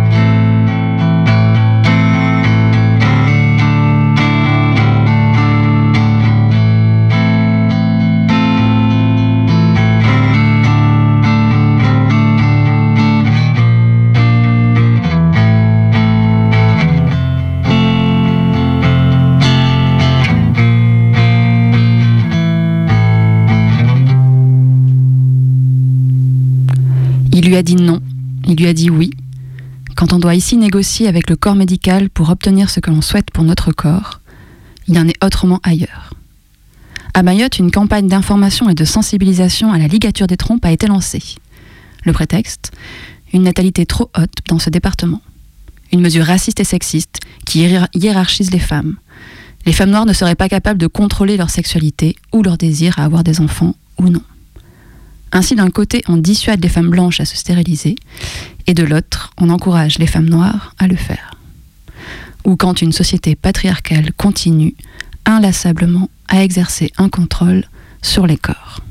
Il lui a dit non, il lui a dit oui. Quand on doit ici négocier avec le corps médical pour obtenir ce que l'on souhaite pour notre corps, il en est autrement ailleurs. À Mayotte, une campagne d'information et de sensibilisation à la ligature des trompes a été lancée. Le prétexte, une natalité trop haute dans ce département. Une mesure raciste et sexiste qui hiérarchise les femmes. Les femmes noires ne seraient pas capables de contrôler leur sexualité ou leur désir à avoir des enfants ou non. Ainsi, d'un côté, on dissuade les femmes blanches à se stériliser, et de l'autre, on encourage les femmes noires à le faire. Ou quand une société patriarcale continue inlassablement à exercer un contrôle sur les corps.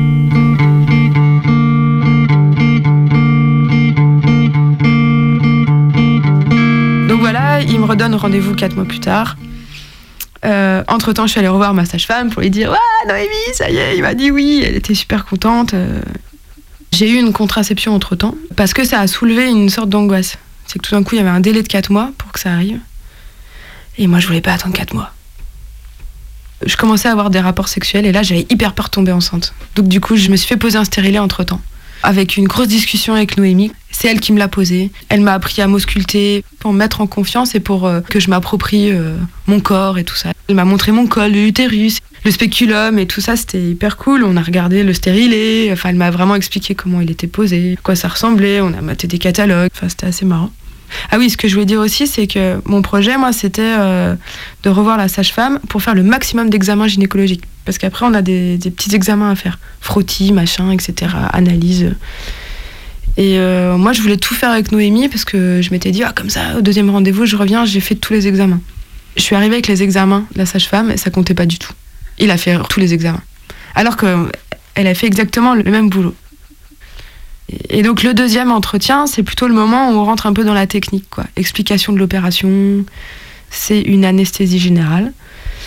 Donc voilà, il me redonne rendez-vous 4 mois plus tard. Entre-temps, je suis allée revoir ma sage-femme pour lui dire « Ouais, Noémie, ça y est, il m'a dit oui !» Elle était super contente. J'ai eu une contraception entre-temps, parce que ça a soulevé une sorte d'angoisse. C'est que tout d'un coup, il y avait un délai de 4 mois pour que ça arrive. Et moi, je voulais pas attendre 4 mois. Je commençais à avoir des rapports sexuels, et là, j'avais hyper peur de tomber enceinte. Donc du coup, je me suis fait poser un stérilet entre-temps. Avec une grosse discussion avec Noémie. C'est elle qui me l'a posé. Elle m'a appris à m'ausculter pour me mettre en confiance et pour que je m'approprie mon corps et tout ça. Elle m'a montré mon col, l'utérus, le spéculum et tout ça, c'était hyper cool. On a regardé le stérilet, enfin elle m'a vraiment expliqué comment il était posé, à quoi ça ressemblait, on a maté des catalogues, enfin c'était assez marrant. Ah oui, ce que je voulais dire aussi, c'est que mon projet, moi, c'était de revoir la sage-femme pour faire le maximum d'examens gynécologiques. Parce qu'après, on a des petits examens à faire. Frottis, machin, etc., analyse. Et moi, je voulais tout faire avec Noémie parce que je m'étais dit, comme ça, au deuxième rendez-vous, je reviens, j'ai fait tous les examens. Je suis arrivée avec les examens de la sage-femme et ça comptait pas du tout. Il a fait tous les examens. Alors qu'elle a fait exactement le même boulot. Et donc le deuxième entretien, c'est plutôt le moment où on rentre un peu dans la technique, quoi. Explication de l'opération, c'est une anesthésie générale.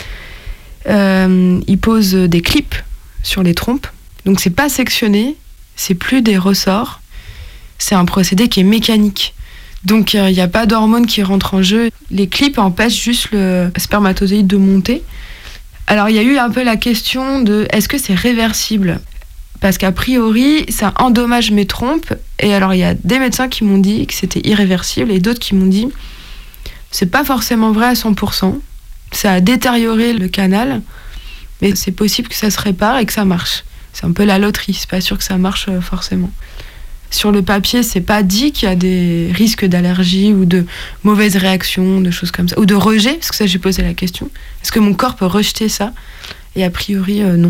Il pose des clips sur les trompes. Donc c'est pas sectionné, c'est plus des ressorts. C'est un procédé qui est mécanique. Donc il n'y a pas d'hormones qui rentrent en jeu. Les clips empêchent juste le spermatozoïde de monter. Alors il y a eu un peu la question de est-ce que c'est réversible ? Parce qu'a priori, ça endommage mes trompes. Et alors, il y a des médecins qui m'ont dit que c'était irréversible et d'autres qui m'ont dit c'est pas forcément vrai à 100%. Ça a détérioré le canal, mais c'est possible que ça se répare et que ça marche. C'est un peu la loterie, c'est pas sûr que ça marche forcément. Sur le papier, c'est pas dit qu'il y a des risques d'allergie ou de mauvaises réactions, de choses comme ça. Ou de rejet, parce que ça, j'ai posé la question. Est-ce que mon corps peut rejeter ça ? Et a priori, non.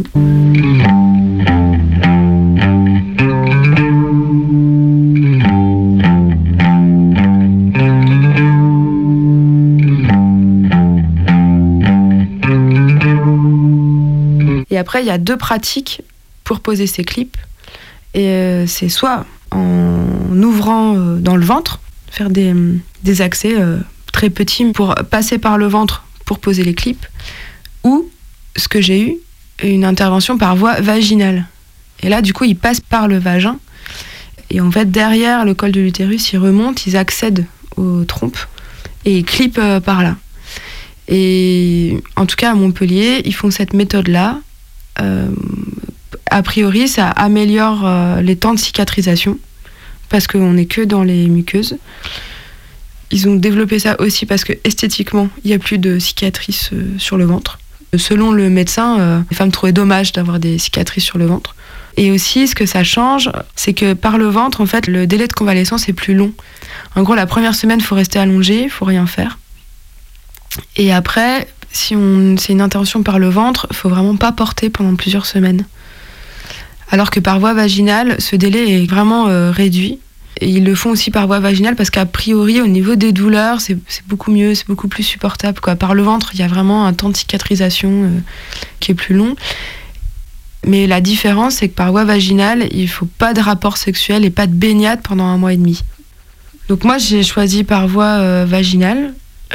Et après, il y a 2 pratiques pour poser ces clips. Et c'est soit en ouvrant dans le ventre, faire des accès très petits pour passer par le ventre pour poser les clips, ou ce que j'ai eu, une intervention par voie vaginale. Et là, du coup, il passe par le vagin Et en fait, derrière le col de l'utérus, ils remontent, ils accèdent aux trompes et ils clippent par là. Et en tout cas, à Montpellier, ils font cette méthode-là. A priori, ça améliore les temps de cicatrisation parce qu'on n'est que dans les muqueuses. Ils ont développé ça aussi parce que esthétiquement, il n'y a plus de cicatrices sur le ventre. Selon le médecin, les femmes trouvaient dommage d'avoir des cicatrices sur le ventre. Et aussi, ce que ça change, c'est que par le ventre, en fait, le délai de convalescence est plus long. En gros, la première semaine, il faut rester allongé, il ne faut rien faire. Et après, si c'est une intervention par le ventre, il ne faut vraiment pas porter pendant plusieurs semaines. Alors que par voie vaginale, ce délai est vraiment réduit. Et ils le font aussi par voie vaginale parce qu'a priori, au niveau des douleurs, c'est beaucoup mieux, c'est beaucoup plus supportable, quoi. Par le ventre, il y a vraiment un temps de cicatrisation qui est plus long. Mais la différence, c'est que par voie vaginale, il ne faut pas de rapport sexuel et pas de baignade pendant 1 mois et demi. Donc moi, j'ai choisi par voie vaginale.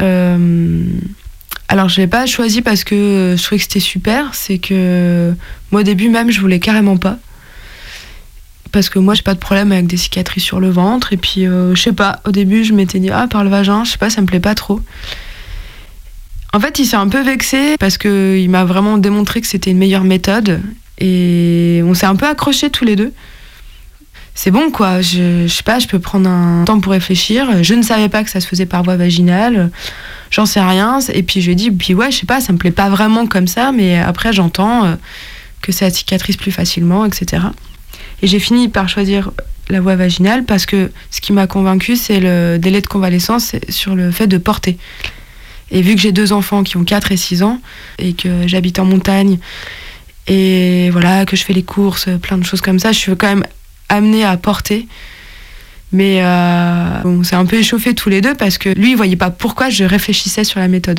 Alors, je ne l'ai pas choisi parce que je trouvais que c'était super. C'est que moi, au début même, je voulais carrément pas. Parce que moi, j'ai pas de problème avec des cicatrices sur le ventre. Et puis, je sais pas, au début, je m'étais dit, par le vagin, je sais pas, ça me plaît pas trop. En fait, il s'est un peu vexé parce qu'il m'a vraiment démontré que c'était une meilleure méthode. Et on s'est un peu accrochés tous les deux. C'est bon, quoi. Je sais pas, je peux prendre un temps pour réfléchir. Je ne savais pas que ça se faisait par voie vaginale. J'en sais rien. Et puis, je lui ai dit, puis ouais, je sais pas, ça me plaît pas vraiment comme ça. Mais après, j'entends que ça cicatrise plus facilement, etc. Et j'ai fini par choisir la voie vaginale parce que ce qui m'a convaincue, c'est le délai de convalescence sur le fait de porter. Et vu que j'ai 2 enfants qui ont 4 et 6 ans et que j'habite en montagne et voilà, que je fais les courses, plein de choses comme ça, je suis quand même amenée à porter. Mais on s'est un peu échauffés tous les deux parce que lui, il voyait pas pourquoi je réfléchissais sur la méthode.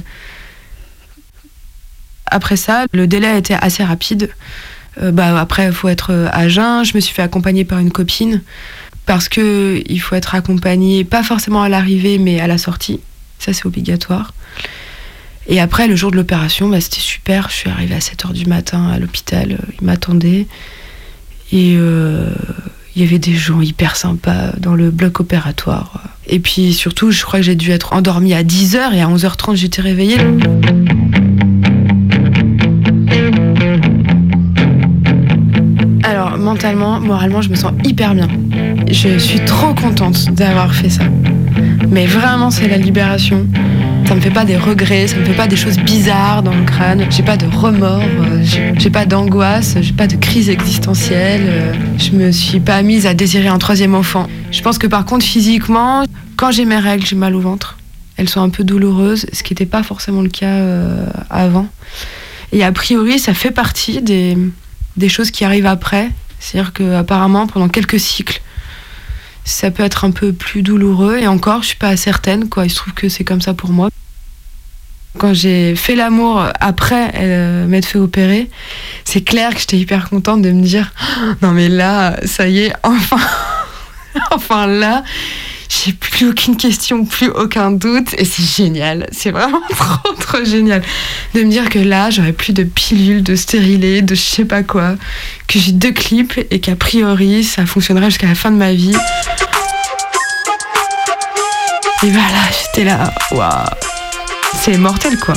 Après ça, le délai a été assez rapide. Après, il faut être à jeun. Je me suis fait accompagner par une copine parce qu'il faut être accompagné, pas forcément à l'arrivée, mais à la sortie. Ça, c'est obligatoire. Et après, le jour de l'opération, c'était super. Je suis arrivée à 7h du matin à l'hôpital. Ils m'attendaient. Et il y avait des gens hyper sympas dans le bloc opératoire. Et puis surtout, je crois que j'ai dû être endormie à 10h et à 11h30, j'étais réveillée. Alors, mentalement, moralement, je me sens hyper bien. Je suis trop contente d'avoir fait ça. Mais vraiment, c'est la libération. Ça me fait pas des regrets, ça me fait pas des choses bizarres dans le crâne. J'ai pas de remords, j'ai pas d'angoisse, j'ai pas de crise existentielle. Je me suis pas mise à désirer un 3e enfant. Je pense que par contre, physiquement, quand j'ai mes règles, j'ai mal au ventre. Elles sont un peu douloureuses, ce qui n'était pas forcément le cas avant. Et a priori, ça fait partie des choses qui arrivent après. C'est-à-dire qu'apparemment, pendant quelques cycles, ça peut être un peu plus douloureux. Et encore, je suis pas certaine, quoi. Il se trouve que c'est comme ça pour moi. Quand j'ai fait l'amour après m'être fait opérer, c'est clair que j'étais hyper contente de me dire « Non mais là, ça y est, enfin, enfin là, j'ai plus aucune question, plus aucun doute. » Et c'est génial, c'est vraiment trop génial. De me dire que là, j'aurais plus de pilules, de stérilés, de je sais pas quoi, que j'ai 2 clips et qu'a priori, ça fonctionnerait jusqu'à la fin de ma vie. Et voilà, j'étais là, waouh, c'est mortel quoi.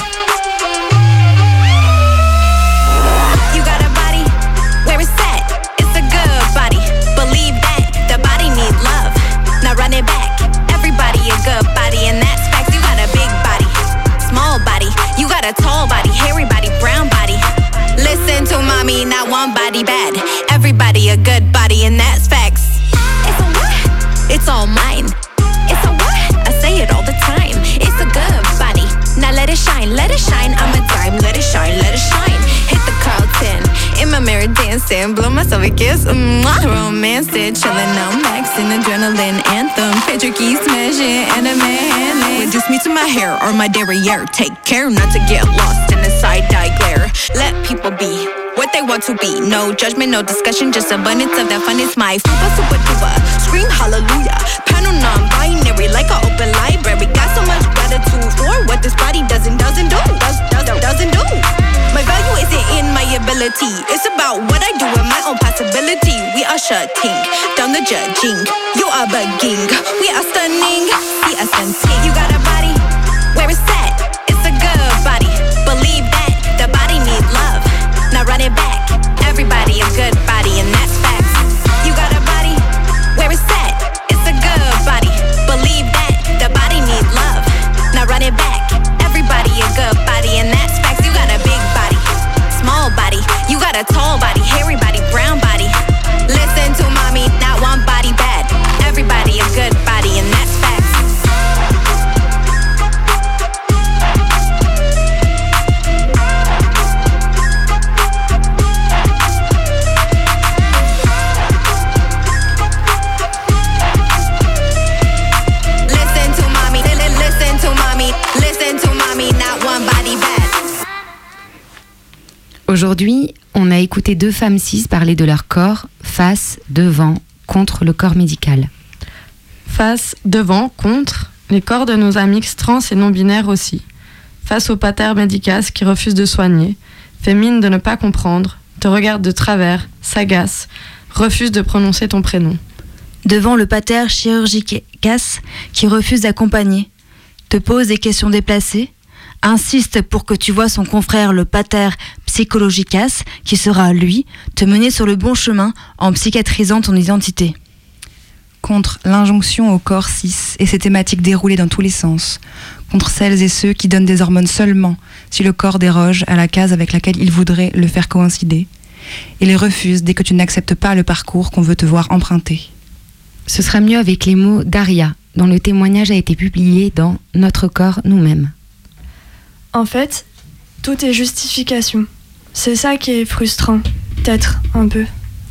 A tall body, hairy body, brown body. Listen to mommy, not one body bad. Everybody a good body, and that's facts. It's a what? It's all mine. It's a what? I say it all the time. It's a good body. Now let it shine, let it shine. I'm a dime, let it shine, let it shine. Hit the Carlton, in my mirror dancing, blow myself a kiss, romancing, chilling out, maxing, adrenaline anthem. Picture keys smashing, anime handling. Reduce me to my hair or my derriere. Take care not to get lost in the side-eye glare. Let people be what they want to be. No judgment, no discussion, just abundance of that fun. It's my super duper. Scream hallelujah. Panel non-binary like an open library. Got so much gratitude for what this body doesn't do. My value isn't in my ability. It's about what I do and my own possibility. We are shutting down the judging. You are bugging. We are stunning. See us stunting. You got a body where it's at. It's a good body. Believe that the body needs love. Now run it back. Everybody a good body and that's facts. You got a body where it's at. It's a good body. Believe that the body needs love. Now run it back. Everybody a good body and that's facts. You got a big body, small body. You got a tall body, hairy body, brown body. Listen to mommy, not one body bad. Everybody a good body and that's facts. Aujourd'hui, on a écouté 2 femmes cis parler de leur corps, face, devant, contre le corps médical. Face, devant, contre les corps de nos amis trans et non-binaires aussi. Face au pater médicace qui refuse de soigner, fait mine de ne pas comprendre, te regarde de travers, s'agace, refuse de prononcer ton prénom. Devant le pater chirurgicace qui refuse d'accompagner, te pose des questions déplacées, insiste pour que tu vois son confrère le pater psychologicace qui sera, lui, te mener sur le bon chemin en psychiatrisant ton identité. Contre l'injonction au corps cis et ses thématiques déroulées dans tous les sens. Contre celles et ceux qui donnent des hormones seulement si le corps déroge à la case avec laquelle ils voudraient le faire coïncider. Et les refusent dès que tu n'acceptes pas le parcours qu'on veut te voir emprunter. Ce sera mieux avec les mots d'Aria, dont le témoignage a été publié dans Notre corps, nous-mêmes. En fait, tout est justification. C'est ça qui est frustrant, peut-être un peu.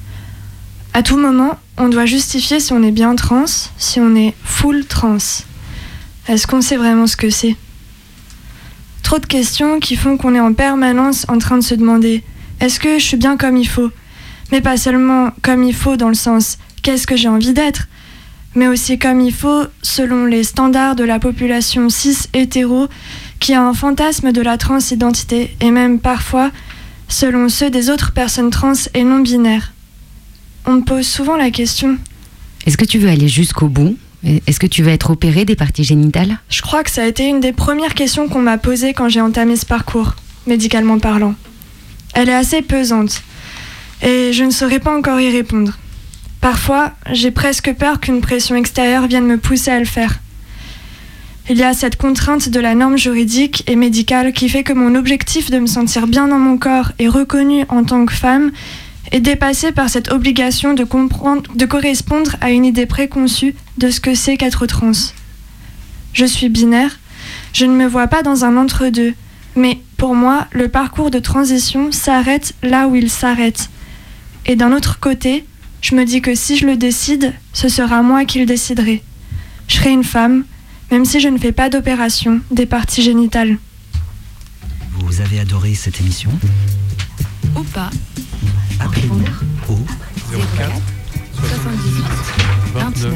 À tout moment, on doit justifier si on est bien trans, si on est full trans. Est-ce qu'on sait vraiment ce que c'est ? Trop de questions qui font qu'on est en permanence en train de se demander « Est-ce que je suis bien comme il faut ?» Mais pas seulement comme il faut dans le sens « Qu'est-ce que j'ai envie d'être ?» mais aussi comme il faut selon les standards de la population cis-hétéro qui a un fantasme de la transidentité et même parfois selon ceux des autres personnes trans et non-binaires. On me pose souvent la question. Est-ce que tu veux aller jusqu'au bout ? Est-ce que tu veux être opérée des parties génitales ? Je crois que ça a été une des premières questions qu'on m'a posées quand j'ai entamé ce parcours, médicalement parlant. Elle est assez pesante et je ne saurais pas encore y répondre. Parfois, j'ai presque peur qu'une pression extérieure vienne me pousser à le faire. Il y a cette contrainte de la norme juridique et médicale qui fait que mon objectif de me sentir bien dans mon corps et reconnue en tant que femme est dépassé par cette obligation de correspondre à une idée préconçue de ce que c'est qu'être trans. Je suis binaire, je ne me vois pas dans un entre-deux, mais pour moi, le parcours de transition s'arrête là où il s'arrête. Et d'un autre côté, je me dis que si je le décide, ce sera moi qui le déciderai. Je serai une femme, même si je ne fais pas d'opération des parties génitales. Vous avez adoré cette émission ? Ou pas. Appelez-nous au 04 78 29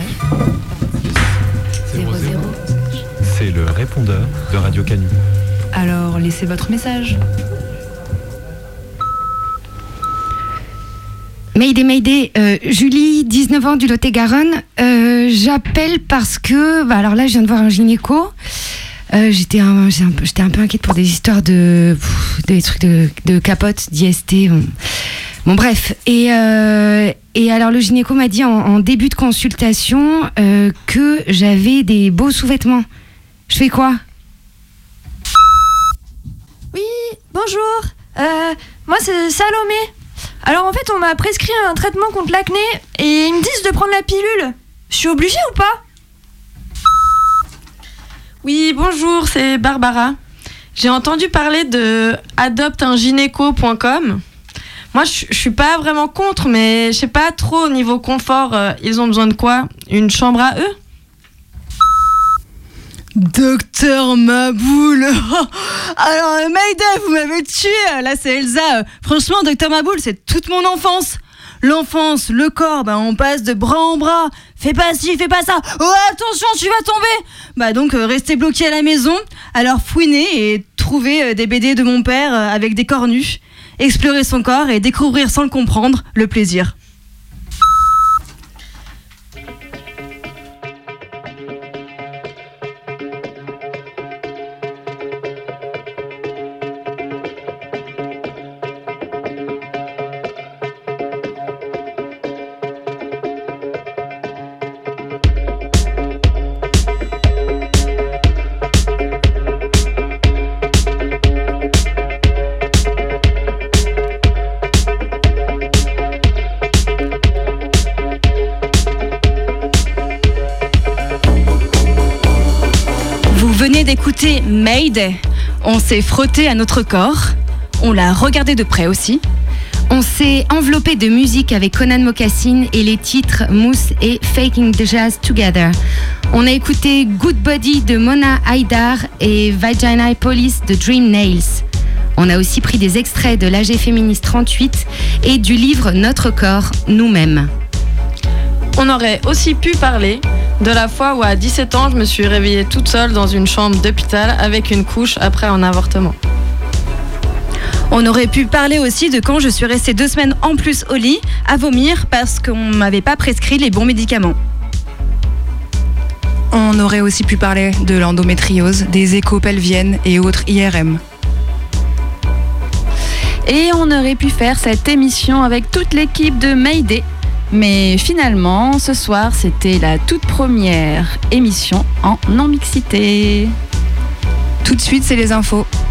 00. C'est le répondeur de Radio Canu. Alors, laissez votre message. Mayday, Julie, 19 ans du Lot-et-Garonne. J'appelle parce que, alors là, je viens de voir un gynéco. J'étais un peu inquiète pour des histoires des trucs de capote, d'IST. Bon, bref. Et alors, le gynéco m'a dit en début de consultation que j'avais des beaux sous-vêtements. Je fais quoi ? Oui, bonjour. Moi, c'est Salomé. Alors en fait, on m'a prescrit un traitement contre l'acné et ils me disent de prendre la pilule. Je suis obligée ou pas ? Oui, bonjour, c'est Barbara. J'ai entendu parler de adopteungynéco.com. Moi, je suis pas vraiment contre, mais je sais pas trop au niveau confort. Ils ont besoin de quoi ? Une chambre à eux ? Docteur Maboul. Alors Mayday, vous m'avez tué. Là c'est Elsa. Franchement, Docteur Maboul, c'est toute mon enfance. L'enfance, le corps, on passe de bras en bras. Fais pas ci, fais pas ça. Oh attention, tu vas tomber. Donc restez bloqué à la maison. Alors fouinez et trouvez des BD de mon père avec des corps nus. explorer son corps et découvrir sans le comprendre le plaisir. D'écouter Made, on s'est frotté à notre corps, on l'a regardé de près aussi. On s'est enveloppé de musique avec Conan Mocassin et les titres Mousse et Faking the Jazz Together. On a écouté Good Body de Mona Haidar et Vagina Police de Dream Nails. On a aussi pris des extraits de l'AG Féministe 38 et du livre Notre corps, nous-mêmes. On aurait aussi pu parler de la fois où à 17 ans, je me suis réveillée toute seule dans une chambre d'hôpital avec une couche après un avortement. On aurait pu parler aussi de quand je suis restée 2 semaines en plus au lit à vomir parce qu'on ne m'avait pas prescrit les bons médicaments. On aurait aussi pu parler de l'endométriose, des échos pelviennes et autres IRM. Et on aurait pu faire cette émission avec toute l'équipe de Mayday. Mais finalement, ce soir, c'était la toute première émission en non-mixité. Tout de suite, c'est les infos.